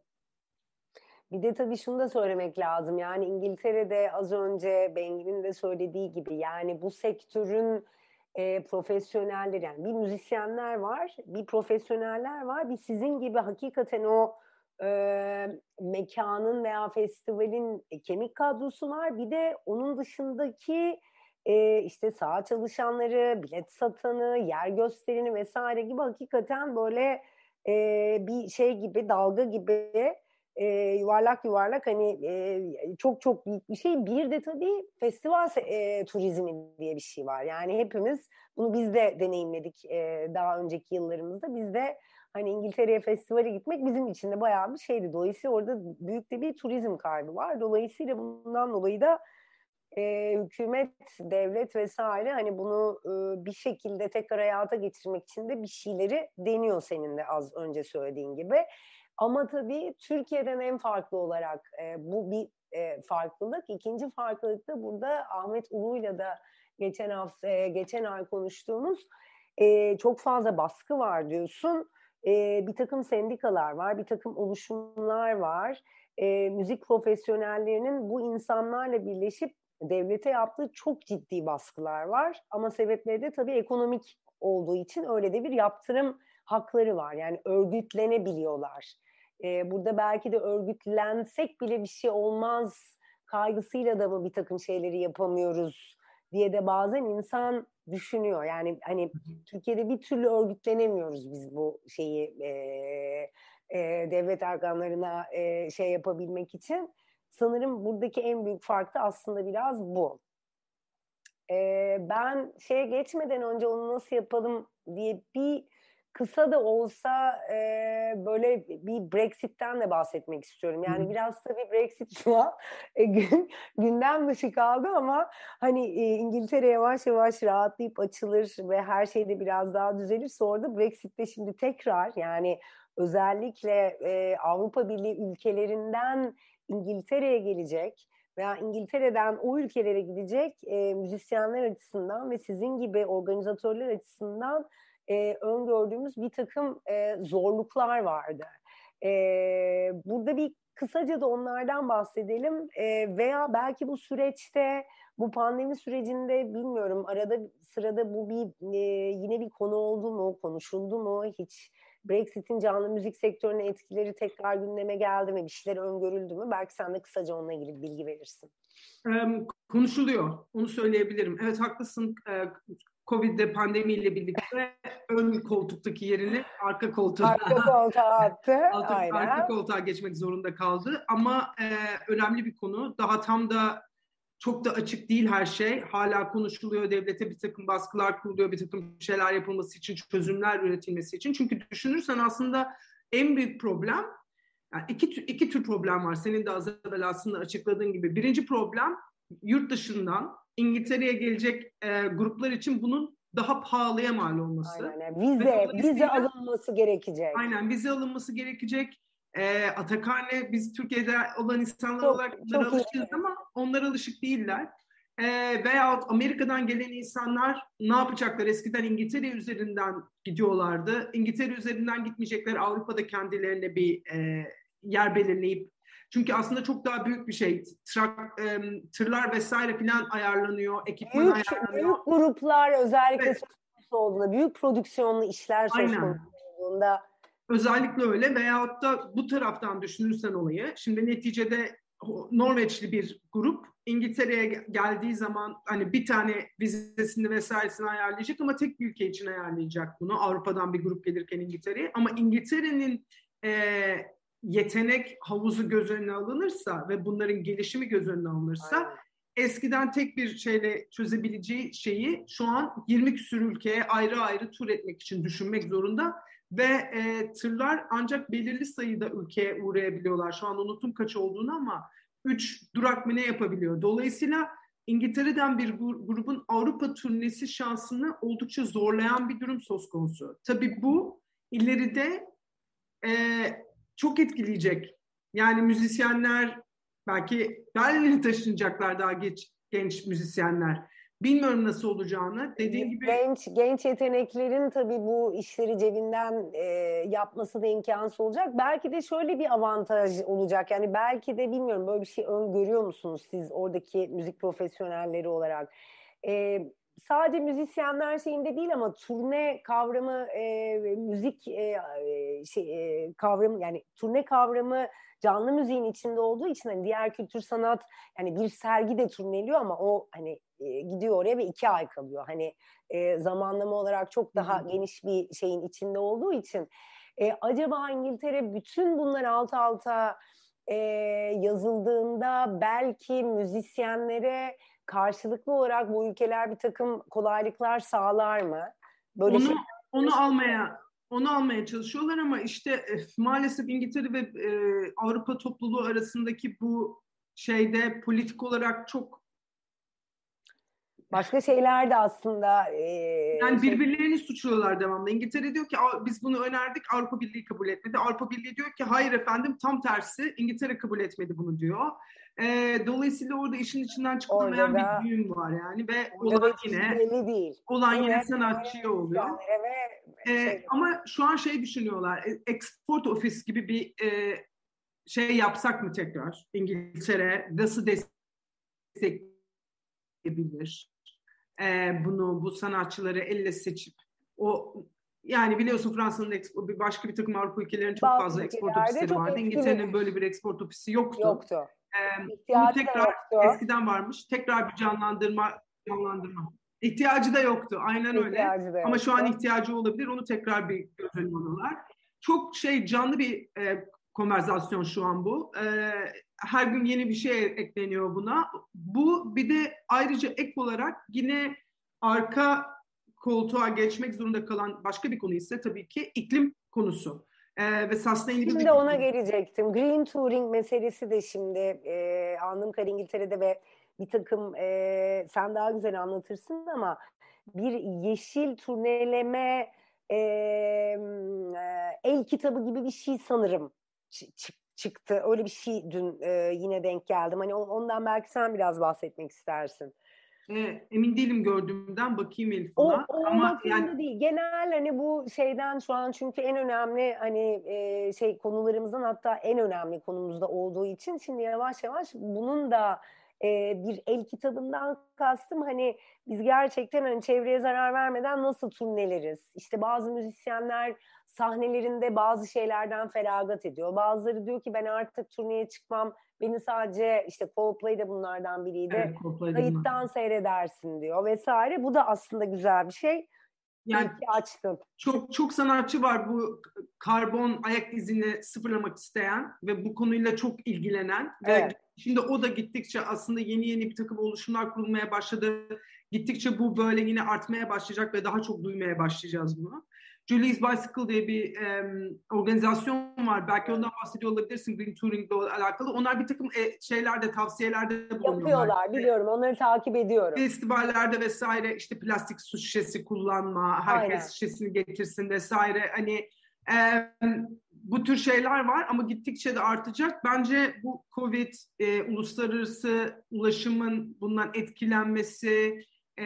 Bir de tabii şunu da söylemek lazım. Yani İngiltere'de az önce Bengi'nin de söylediği gibi, yani bu sektörün e, profesyonelleri, yani bir müzisyenler var, bir profesyoneller var, bir sizin gibi hakikaten o e, mekanın veya festivalin e, kemik kadrosu var. Bir de onun dışındaki e, işte saha çalışanları, bilet satanı, yer göstereni vesaire gibi hakikaten böyle e, bir şey gibi, dalga gibi, E, yuvarlak yuvarlak, hani e, çok çok büyük bir şey. Bir de tabii festival e, turizmi diye bir şey var. Yani hepimiz bunu biz de deneyimledik e, daha önceki yıllarımızda. Biz de hani İngiltere'ye festivale gitmek bizim için de bayağı bir şeydi. Dolayısıyla orada büyük de bir turizm kaybı var. Dolayısıyla bundan dolayı da e, hükümet, devlet vesaire hani bunu e, bir şekilde tekrar hayata geçirmek için de bir şeyleri deniyor, senin de az önce söylediğin gibi. Ama tabii Türkiye'den en farklı olarak e, bu bir e, farklılık. İkinci farklılık da burada Ahmet Ulu'yla da geçen hafta, e, geçen ay konuştuğumuz e, çok fazla baskı var diyorsun. E, bir takım sendikalar var, bir takım oluşumlar var. E, müzik profesyonellerinin bu insanlarla birleşip devlete yaptığı çok ciddi baskılar var. Ama sebepleri de tabii ekonomik olduğu için öyle de bir yaptırım hakları var. Yani örgütlenebiliyorlar. Ee, burada belki de örgütlensek bile bir şey olmaz kaygısıyla da mı bir takım şeyleri yapamıyoruz diye de bazen insan düşünüyor. Yani hani Türkiye'de bir türlü örgütlenemiyoruz biz bu şeyi e, e, devlet organlarına e, şey yapabilmek için. Sanırım buradaki en büyük fark da aslında biraz bu. Ee, ben şeye geçmeden önce onu nasıl yapalım diye bir kısa da olsa e, böyle bir Brexit'ten de bahsetmek istiyorum. Yani hmm. biraz tabii Brexit şu an e, gün, gündem dışı kaldı ama hani e, İngiltere yavaş yavaş rahatlayıp açılır ve her şey de biraz daha düzelirse orada Brexit'te şimdi tekrar yani özellikle e, Avrupa Birliği ülkelerinden İngiltere'ye gelecek veya İngiltere'den o ülkelere gidecek e, müzisyenler açısından ve sizin gibi organizatörler açısından e, öngördüğümüz bir takım e, zorluklar vardı. E, burada bir kısaca da onlardan bahsedelim e, veya belki bu süreçte, bu pandemi sürecinde bilmiyorum arada sırada bu bir e, yine bir konu oldu mu, konuşuldu mu hiç? Brexit'in canlı müzik sektörüne etkileri tekrar gündeme geldi mi? Bir şeyler öngörüldü mü? Belki sen de kısaca onunla ilgili bir bilgi verirsin. Um, konuşuluyor. Onu söyleyebilirim. Evet haklısın. Covid'de pandemiyle birlikte ön koltuktaki yerini arka koltuğa arka koltuğa attı. arka, Aynen. arka koltuğa geçmek zorunda kaldı. Ama e, önemli bir konu. Daha tam da çok da açık değil her şey. Hala konuşuluyor. Devlete bir takım baskılar kuruluyor. Bir takım şeyler yapılması için, çözümler üretilmesi için. Çünkü düşünürsen aslında en büyük problem, yani iki, iki tür problem var. Senin de az evvel aslında açıkladığın gibi. Birinci problem yurt dışından İngiltere'ye gelecek e, gruplar için bunun daha pahalıya mal olması. Aynen. Vize, vize alınması gerekecek. Aynen, vize alınması gerekecek. E, Atakar'la biz Türkiye'de olan insanlar çok, olarak bunlara alışığız ama onlar alışık değiller. E, veyahut Amerika'dan gelen insanlar ne yapacaklar? Eskiden İngiltere üzerinden gidiyorlardı. İngiltere üzerinden gitmeyecekler. Avrupa'da kendilerine bir e, yer belirleyip, çünkü aslında çok daha büyük bir şey. Trak, e, tırlar vesaire filan ayarlanıyor, ekipman büyük, ayarlanıyor. Büyük gruplar özellikle evet. söz konusu olduğunda, büyük prodüksiyonlu işler söz konusu olduğunda. Özellikle öyle veyahut da bu taraftan düşünürsen olayı. Şimdi neticede Norveçli bir grup İngiltere'ye geldiği zaman hani bir tane vizesini vesairesini ayarlayacak ama tek bir ülke için ayarlayacak bunu. Avrupa'dan bir grup gelirken İngiltere'ye. Ama İngiltere'nin e, yetenek havuzu göz önüne alınırsa ve bunların gelişimi göz önüne alınırsa aynen. Eskiden tek bir şeyle çözebileceği şeyi şu an yirmi küsur ülkeye ayrı ayrı tur etmek için düşünmek zorunda. Ve e, tırlar ancak belirli sayıda ülkeye uğrayabiliyorlar. Şu an unuttum kaç olduğunu ama üç durak mı ne yapabiliyor. Dolayısıyla İngiltere'den bir grubun Avrupa turnesi şansını oldukça zorlayan bir durum söz konusu. Tabii bu ileride e, çok etkileyecek. Yani müzisyenler belki Berlin'e taşınacaklar, daha geç, genç müzisyenler. Bilmiyorum nasıl olacağını. Dediğim gibi genç genç yeteneklerin tabii bu işleri cebinden e, yapması da imkansız olacak. Belki de şöyle bir avantaj olacak. Yani belki de bilmiyorum, böyle bir şey öngörüyor musunuz siz oradaki müzik profesyonelleri olarak? E, sadece müzisyenler şeyinde değil ama turne kavramı, e, müzik e, şey e, kavramı, yani turne kavramı canlı müziğin içinde olduğu için hani diğer kültür sanat, yani bir sergi de turneliyor ama o hani e, gidiyor oraya ve iki ay kalıyor. Hani e, zamanlama olarak çok daha hmm. geniş bir şeyin içinde olduğu için e, acaba İngiltere bütün bunlar alt alta e, yazıldığında belki müzisyenlere karşılıklı olarak bu ülkeler bir takım kolaylıklar sağlar mı? Böyle onu şey... onu almaya Onu almaya çalışıyorlar ama işte e, maalesef İngiltere ve e, Avrupa topluluğu arasındaki bu şeyde politik olarak çok başka şeyler de aslında e, yani birbirlerini suçluyorlar devamlı. İngiltere diyor ki biz bunu önerdik, Avrupa Birliği kabul etmedi. Avrupa Birliği diyor ki hayır efendim, tam tersi, İngiltere kabul etmedi bunu diyor. E, dolayısıyla orada işin içinden çıkılmayan da, bir düğüm var yani ve olan yine değil. olan yine, yine sanatçıya oluyor. Ve e, şey, ama şu an şey düşünüyorlar, export office gibi bir e, şey yapsak mı tekrar İngiltere, nasıl destekleyebilir e, bunu, bu sanatçıları elle seçip o, yani biliyorsun Fransa'nın expo, bir başka bir takım Avrupa ülkelerinin çok Bazı fazla export ofisleri vardı. İngiltere'nin böyle bir export ofisi yoktu. Yoktu. Ee, bunu tekrar yoktu. eskiden varmış. Tekrar bir canlandırma canlandırma. İhtiyacı da yoktu. Aynen öyle. Ama yoktu. Şu an ihtiyacı olabilir. Onu tekrar bir göz önüne alıyorlar. Çok şey canlı bir e, konversasyon şu an bu. Ee, her gün yeni bir şey ekleniyor buna. Bu bir de ayrıca ek olarak yine arka koltuğa geçmek zorunda kalan başka bir konu ise tabii ki iklim konusu. Ee, ve sustainability. Şimdi ona gelecektim. Green Touring meselesi de şimdi e, anladığım kadarıyla İngiltere'de ve bir takım e, sen daha güzel anlatırsın ama bir yeşil turneleme e, el kitabı gibi bir şey sanırım ç- çıktı. Öyle bir şey dün e, yine denk geldim. Hani ondan belki sen biraz bahsetmek istersin. E, emin değilim gördüğümden, bakayım Elif O, ona. o Ama olmak zorunda yani değil. Genel hani bu şeyden şu an çünkü en önemli hani e, şey konularımızdan hatta en önemli konumuzda olduğu için şimdi yavaş yavaş bunun da e, bir el kitabından kastım hani biz gerçekten hani çevreye zarar vermeden nasıl turneleriz? İşte bazı müzisyenler sahnelerinde bazı şeylerden feragat ediyor. Bazıları diyor ki ben artık turneye çıkmam. Beni sadece işte Coldplay de bunlardan biriydi. evet, Kayıttan seyredersin diyor vesaire. Bu da aslında güzel bir şey. yani İyi ki açtın. çok çok sanatçı var bu karbon ayak izini sıfırlamak isteyen ve bu konuyla çok ilgilenen Evet. ve şimdi o da gittikçe aslında yeni yeni bir takım oluşumlar kurulmaya başladı. Gittikçe bu böyle yine artmaya başlayacak ve daha çok duymaya başlayacağız bunu. Julie's Bicycle diye bir e, organizasyon var. Belki ondan bahsediyor olabilirsin, Green Touring ile alakalı. Onlar bir takım e, şeylerde, tavsiyelerde bulunuyorlar. Yapıyorlar, biliyorum. Onları takip ediyorum. Festivallerde vesaire işte plastik su şişesi kullanma, herkes Aynen. şişesini getirsin vesaire. Hani e, bu tür şeyler var ama gittikçe de artacak. Bence bu Covid, e, uluslararası ulaşımın bundan etkilenmesi e,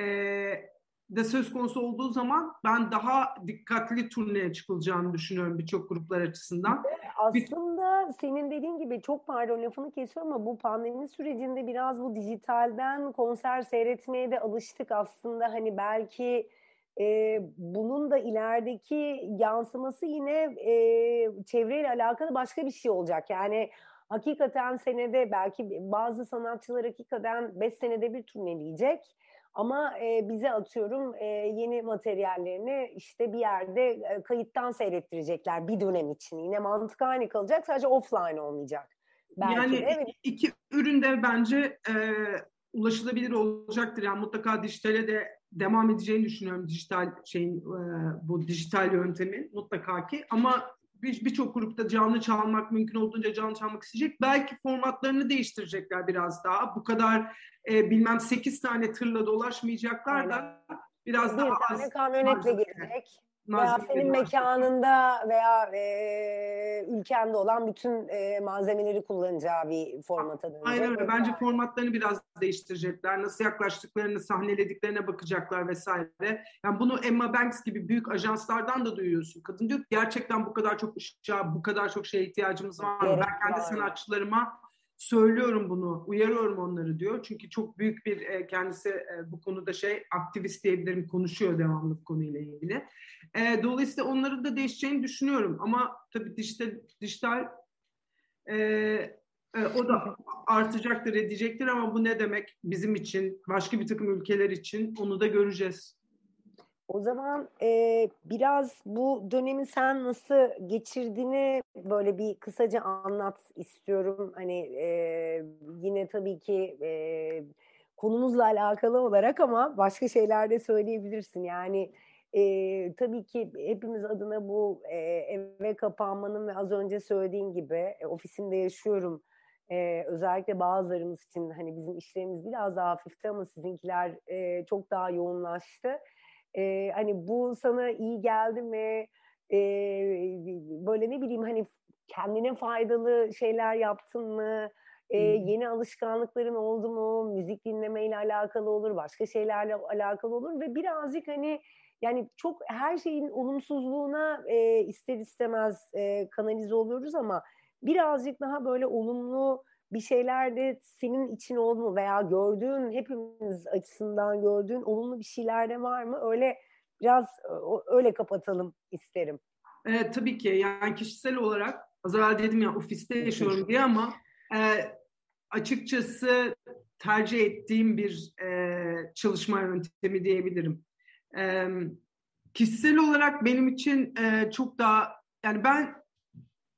de söz konusu olduğu zaman ben daha dikkatli turneye çıkılacağını düşünüyorum birçok gruplar açısından. Aslında senin dediğin gibi çok pardon lafını kesiyorum ama bu pandemi sürecinde biraz bu dijitalden konser seyretmeye de alıştık aslında hani belki e, bunun da ilerideki yansıması yine e, çevreyle alakalı başka bir şey olacak. Yani hakikaten senede belki bazı sanatçılar hakikaten beş senede bir turneleyecek. Ama e, bize atıyorum e, yeni materyallerini işte bir yerde e, kayıttan seyrettirecekler bir dönem için. Yine mantık aynı kalacak, sadece offline olmayacak. Belki yani de. iki ürün de bence e, ulaşılabilir olacaktır. Yani mutlaka dijitale de devam edeceğini düşünüyorum, dijital şeyin e, bu dijital yöntemin mutlaka ki. Ama birçok grupta canlı çalmak, mümkün olduğunca canlı çalmak isteyecek. Belki formatlarını değiştirecekler biraz daha. Bu kadar e, bilmem sekiz tane tırla dolaşmayacaklar Aynen. da biraz Bir daha tane az kamyonetle gelecek. Veya senin mekanında veya e, ülkende olan bütün e, malzemeleri kullanacağı bir formata dönecek. Aynen öyle. Bence formatlarını biraz değiştirecekler. Nasıl yaklaştıklarını, sahnelediklerine bakacaklar vesaire. Yani bunu Emma Banks gibi büyük ajanslardan da duyuyorsun. Kadın diyor ki gerçekten bu kadar çok ışığa, bu kadar çok şeye ihtiyacımız var mı? Gerek Ben kendi var. sanatçılarıma söylüyorum bunu, uyarıyorum onları diyor. Çünkü çok büyük bir e, kendisi e, bu konuda şey aktivist diyebilirim, konuşuyor devamlı bu konuyla ilgili. E, dolayısıyla onların da değişeceğini düşünüyorum. Ama tabii dijital, dijital e, e, o da artacaktır, edecektir ama bu ne demek bizim için, başka bir takım ülkeler için onu da göreceğiz. O zaman e, biraz bu dönemi sen nasıl geçirdiğini böyle bir kısaca anlat istiyorum. Hani e, yine tabii ki e, konumuzla alakalı olarak ama başka şeyler de söyleyebilirsin. Yani e, tabii ki hepimiz adına bu e, eve kapanmanın ve az önce söylediğin gibi e, ofisimde yaşıyorum. E, özellikle bazılarımız için hani bizim işlerimiz biraz daha hafifti ama sizinkiler e, çok daha yoğunlaştı. Ee, hani bu sana iyi geldi mi? Ee, böyle ne bileyim hani kendine faydalı şeyler yaptın mı? Ee, yeni alışkanlıkların oldu mu? Müzik dinlemeyle alakalı olur, başka şeylerle alakalı olur ve birazcık hani yani çok her şeyin olumsuzluğuna e, ister istemez e, kanalize oluyoruz ama birazcık daha böyle olumlu bir şeyler de senin için oldu mu veya gördüğün hepimiz açısından gördüğün olumlu bir şeyler de var mı? Öyle biraz öyle kapatalım isterim. E, tabii ki yani kişisel olarak az evvel dedim ya ofiste yaşıyorum diye ama e, açıkçası tercih ettiğim bir e, çalışma yöntemi diyebilirim. E, kişisel olarak benim için e, çok daha yani ben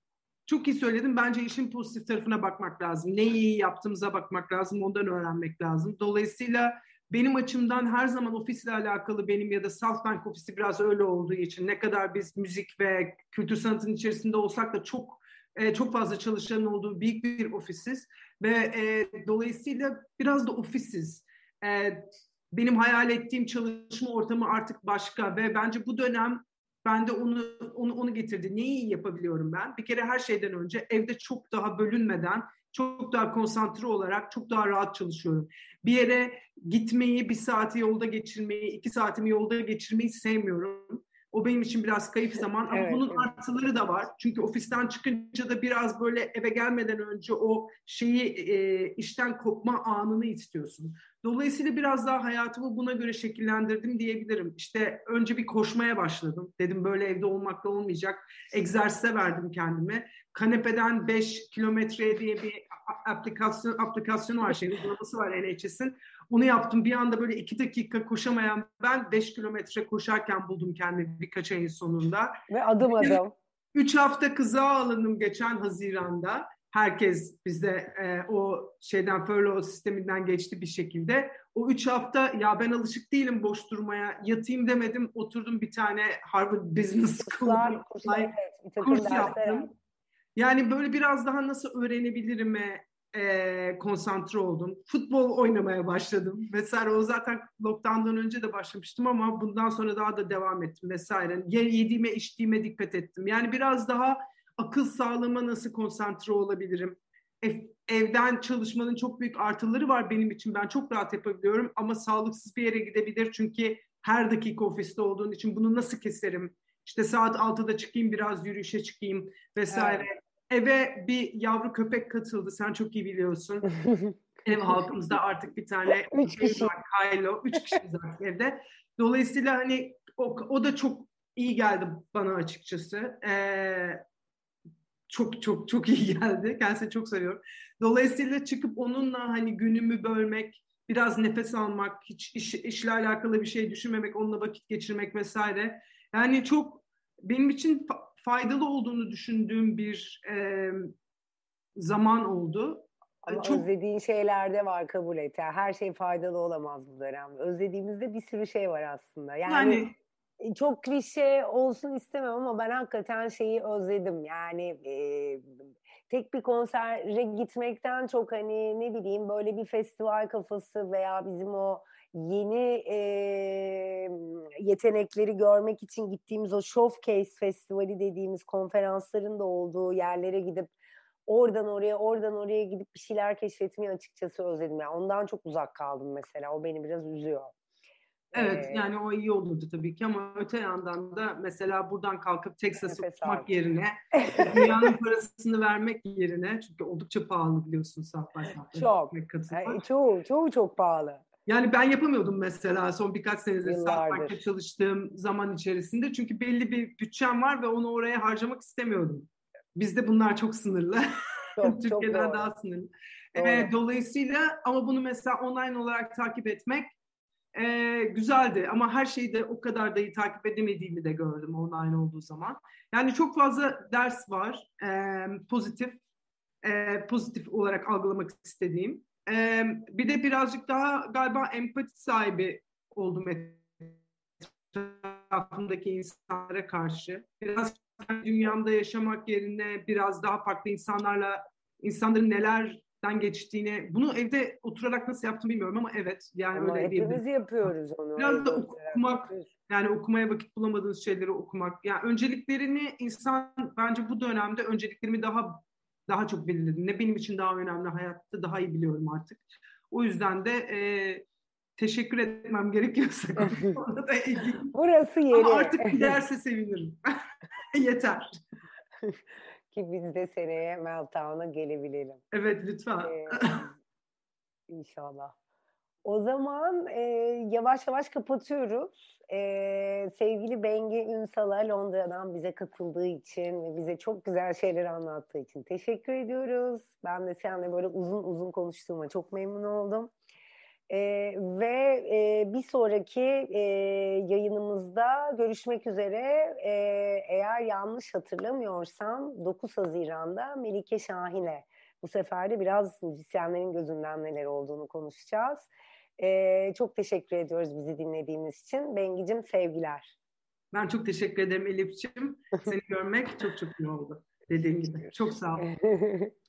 Çok iyi söyledim. Bence işin pozitif tarafına bakmak lazım. Neyi iyi yaptığımıza bakmak lazım. Ondan öğrenmek lazım. Dolayısıyla benim açımdan her zaman ofisle alakalı benim ya da Southbank ofisi biraz öyle olduğu için ne kadar biz müzik ve kültür sanatın içerisinde olsak da çok e, çok fazla çalışanın olduğu büyük bir ofisiz ve e, dolayısıyla biraz da ofisiz. E, benim hayal ettiğim çalışma ortamı artık başka ve bence bu dönem ben de onu onu onu getirdi. Neyi iyi yapabiliyorum ben? Bir kere her şeyden önce evde çok daha bölünmeden, çok daha konsantre olarak, çok daha rahat çalışıyorum. Bir yere gitmeyi, bir saati yolda geçirmeyi, iki saatimi yolda geçirmeyi sevmiyorum. O benim için biraz kayıp zaman ama Evet, bunun evet. artıları da var. Çünkü ofisten çıkınca da biraz böyle eve gelmeden önce o şeyi e, işten kopma anını istiyorsun. Dolayısıyla biraz daha hayatımı buna göre şekillendirdim diyebilirim. İşte önce bir koşmaya başladım. Dedim böyle evde olmakla olmayacak. Egzersize verdim kendime. Kanepeden beş kilometreye diye bir aplikasyon aplikasyonu var, şey uygulaması var N H S'in. Onu yaptım. Bir anda böyle iki dakika koşamayan ben beş kilometre koşarken buldum kendimi birkaç ayın sonunda. Ve adım adım. Üç hafta kıza alındım geçen Haziran'da. Herkes bizde e, o şeyden furlough sisteminden geçti bir şekilde. O üç hafta ya ben alışık değilim boş durmaya. Yatayım demedim. Oturdum bir tane Harvard Business Kurslar, kurslar, School'da evet. Bir takım kurs dersler yaptım. aldım. Yani böyle biraz daha nasıl öğrenebilirime e, konsantre oldum. Futbol oynamaya başladım vesaire. O zaten lockdown'dan önce de başlamıştım ama bundan sonra daha da devam ettim vesaire. Yediğime içtiğime dikkat ettim. Yani biraz daha akıl sağlığıma nasıl konsantre olabilirim? Ev, evden çalışmanın çok büyük artıları var benim için. Ben çok rahat yapabiliyorum ama sağlıksız bir yere gidebilir. Çünkü her dakika ofiste olduğun için bunu nasıl keserim? İşte saat altıda çıkayım, biraz yürüyüşe çıkayım vesaire. Evet. Eve bir yavru köpek katıldı. Sen çok iyi biliyorsun. Ev halkımızda artık bir tane Üç kişi. var, Kylo. Üç kişiyiz artık evde. Dolayısıyla hani o, o da çok iyi geldi bana açıkçası. Ee, çok çok çok iyi geldi. Kendisini çok seviyorum. Dolayısıyla çıkıp onunla hani günümü bölmek, biraz nefes almak, hiç iş, işle alakalı bir şey düşünmemek, onunla vakit geçirmek vesaire. Yani çok benim için faydalı olduğunu düşündüğüm bir e, zaman oldu. Ama Çok özlediğin şeyler de var, kabul et. Yani her şey faydalı olamaz bu dönemde. Özlediğimizde bir sürü şey var aslında. Yani yani çok klişe olsun istemem ama ben hakikaten şeyi özledim. Yani e, tek bir konsere gitmekten çok hani ne bileyim böyle bir festival kafası veya bizim o yeni e, yetenekleri görmek için gittiğimiz o Showcase Festivali dediğimiz konferansların da olduğu yerlere gidip oradan oraya, oradan oraya gidip bir şeyler keşfetmeyi açıkçası özledim. Yani ondan çok uzak kaldım mesela. O beni biraz üzüyor. evet, Ee, yani o iyi olurdu tabii ki ama öte yandan da mesela buradan kalkıp Texas'a nefes uçmak aldım. yerine dünyanın parasını vermek yerine, çünkü oldukça pahalı biliyorsun South by Çok. Southwest'e Ee, katılmak. çoğu, çoğu çok pahalı. Yani ben yapamıyordum mesela son birkaç senedir Southbank'ta Yıllardır. çalıştığım zaman içerisinde. Çünkü belli bir bütçem var ve onu oraya harcamak istemiyordum. Bizde bunlar çok sınırlı. Çok, çok Türkiye'den doğru. daha sınırlı. E, Doğru. dolayısıyla ama bunu mesela online olarak takip etmek e, güzeldi. Ama her şeyi de o kadar da iyi takip edemediğimi de gördüm online olduğu zaman. Yani çok fazla ders var. E, pozitif, e, pozitif olarak algılamak istediğim. Ee, bir de birazcık daha galiba empati sahibi oldum etrafımdaki insanlara karşı. Biraz dünyamda yaşamak yerine biraz daha farklı insanlarla, insanların nelerden geçtiğini, bunu evde oturarak nasıl yaptım bilmiyorum ama evet, yani Ama öyle hepimiz diyebilirim. yapıyoruz onu Biraz evde da oturarak. okumak, Yapıyoruz. yani okumaya vakit bulamadığınız şeyleri okumak. Yani önceliklerini insan bence bu dönemde önceliklerimi daha daha çok belirledim. Ne benim için daha önemli hayatta daha iyi biliyorum artık. O yüzden de e, teşekkür etmem gerekiyorsa ona da edeyim. Burası Ama yeri. artık giderse sevinirim. Yeter. Ki biz de seneye Meltdown'a gelebilelim. Evet, lütfen. Ee, inşallah. O zaman e, yavaş yavaş kapatıyoruz. E, sevgili Bengi Ünsal'a Londra'dan bize katıldığı için ve bize çok güzel şeyler anlattığı için teşekkür ediyoruz. Ben de seninle böyle uzun uzun konuştuğuma çok memnun oldum. E, ve e, bir sonraki e, yayınımızda görüşmek üzere. E, eğer yanlış hatırlamıyorsam dokuz Haziran'da Melike Şahin'e. Bu sefer de biraz müzisyenlerin gözünden neler olduğunu konuşacağız. E, çok teşekkür ediyoruz bizi dinlediğiniz için. Bengicim, sevgiler. Ben çok teşekkür ederim Elif'ciğim. Seni görmek çok çok iyi oldu. Dediğim gibi. Çok sağ ol.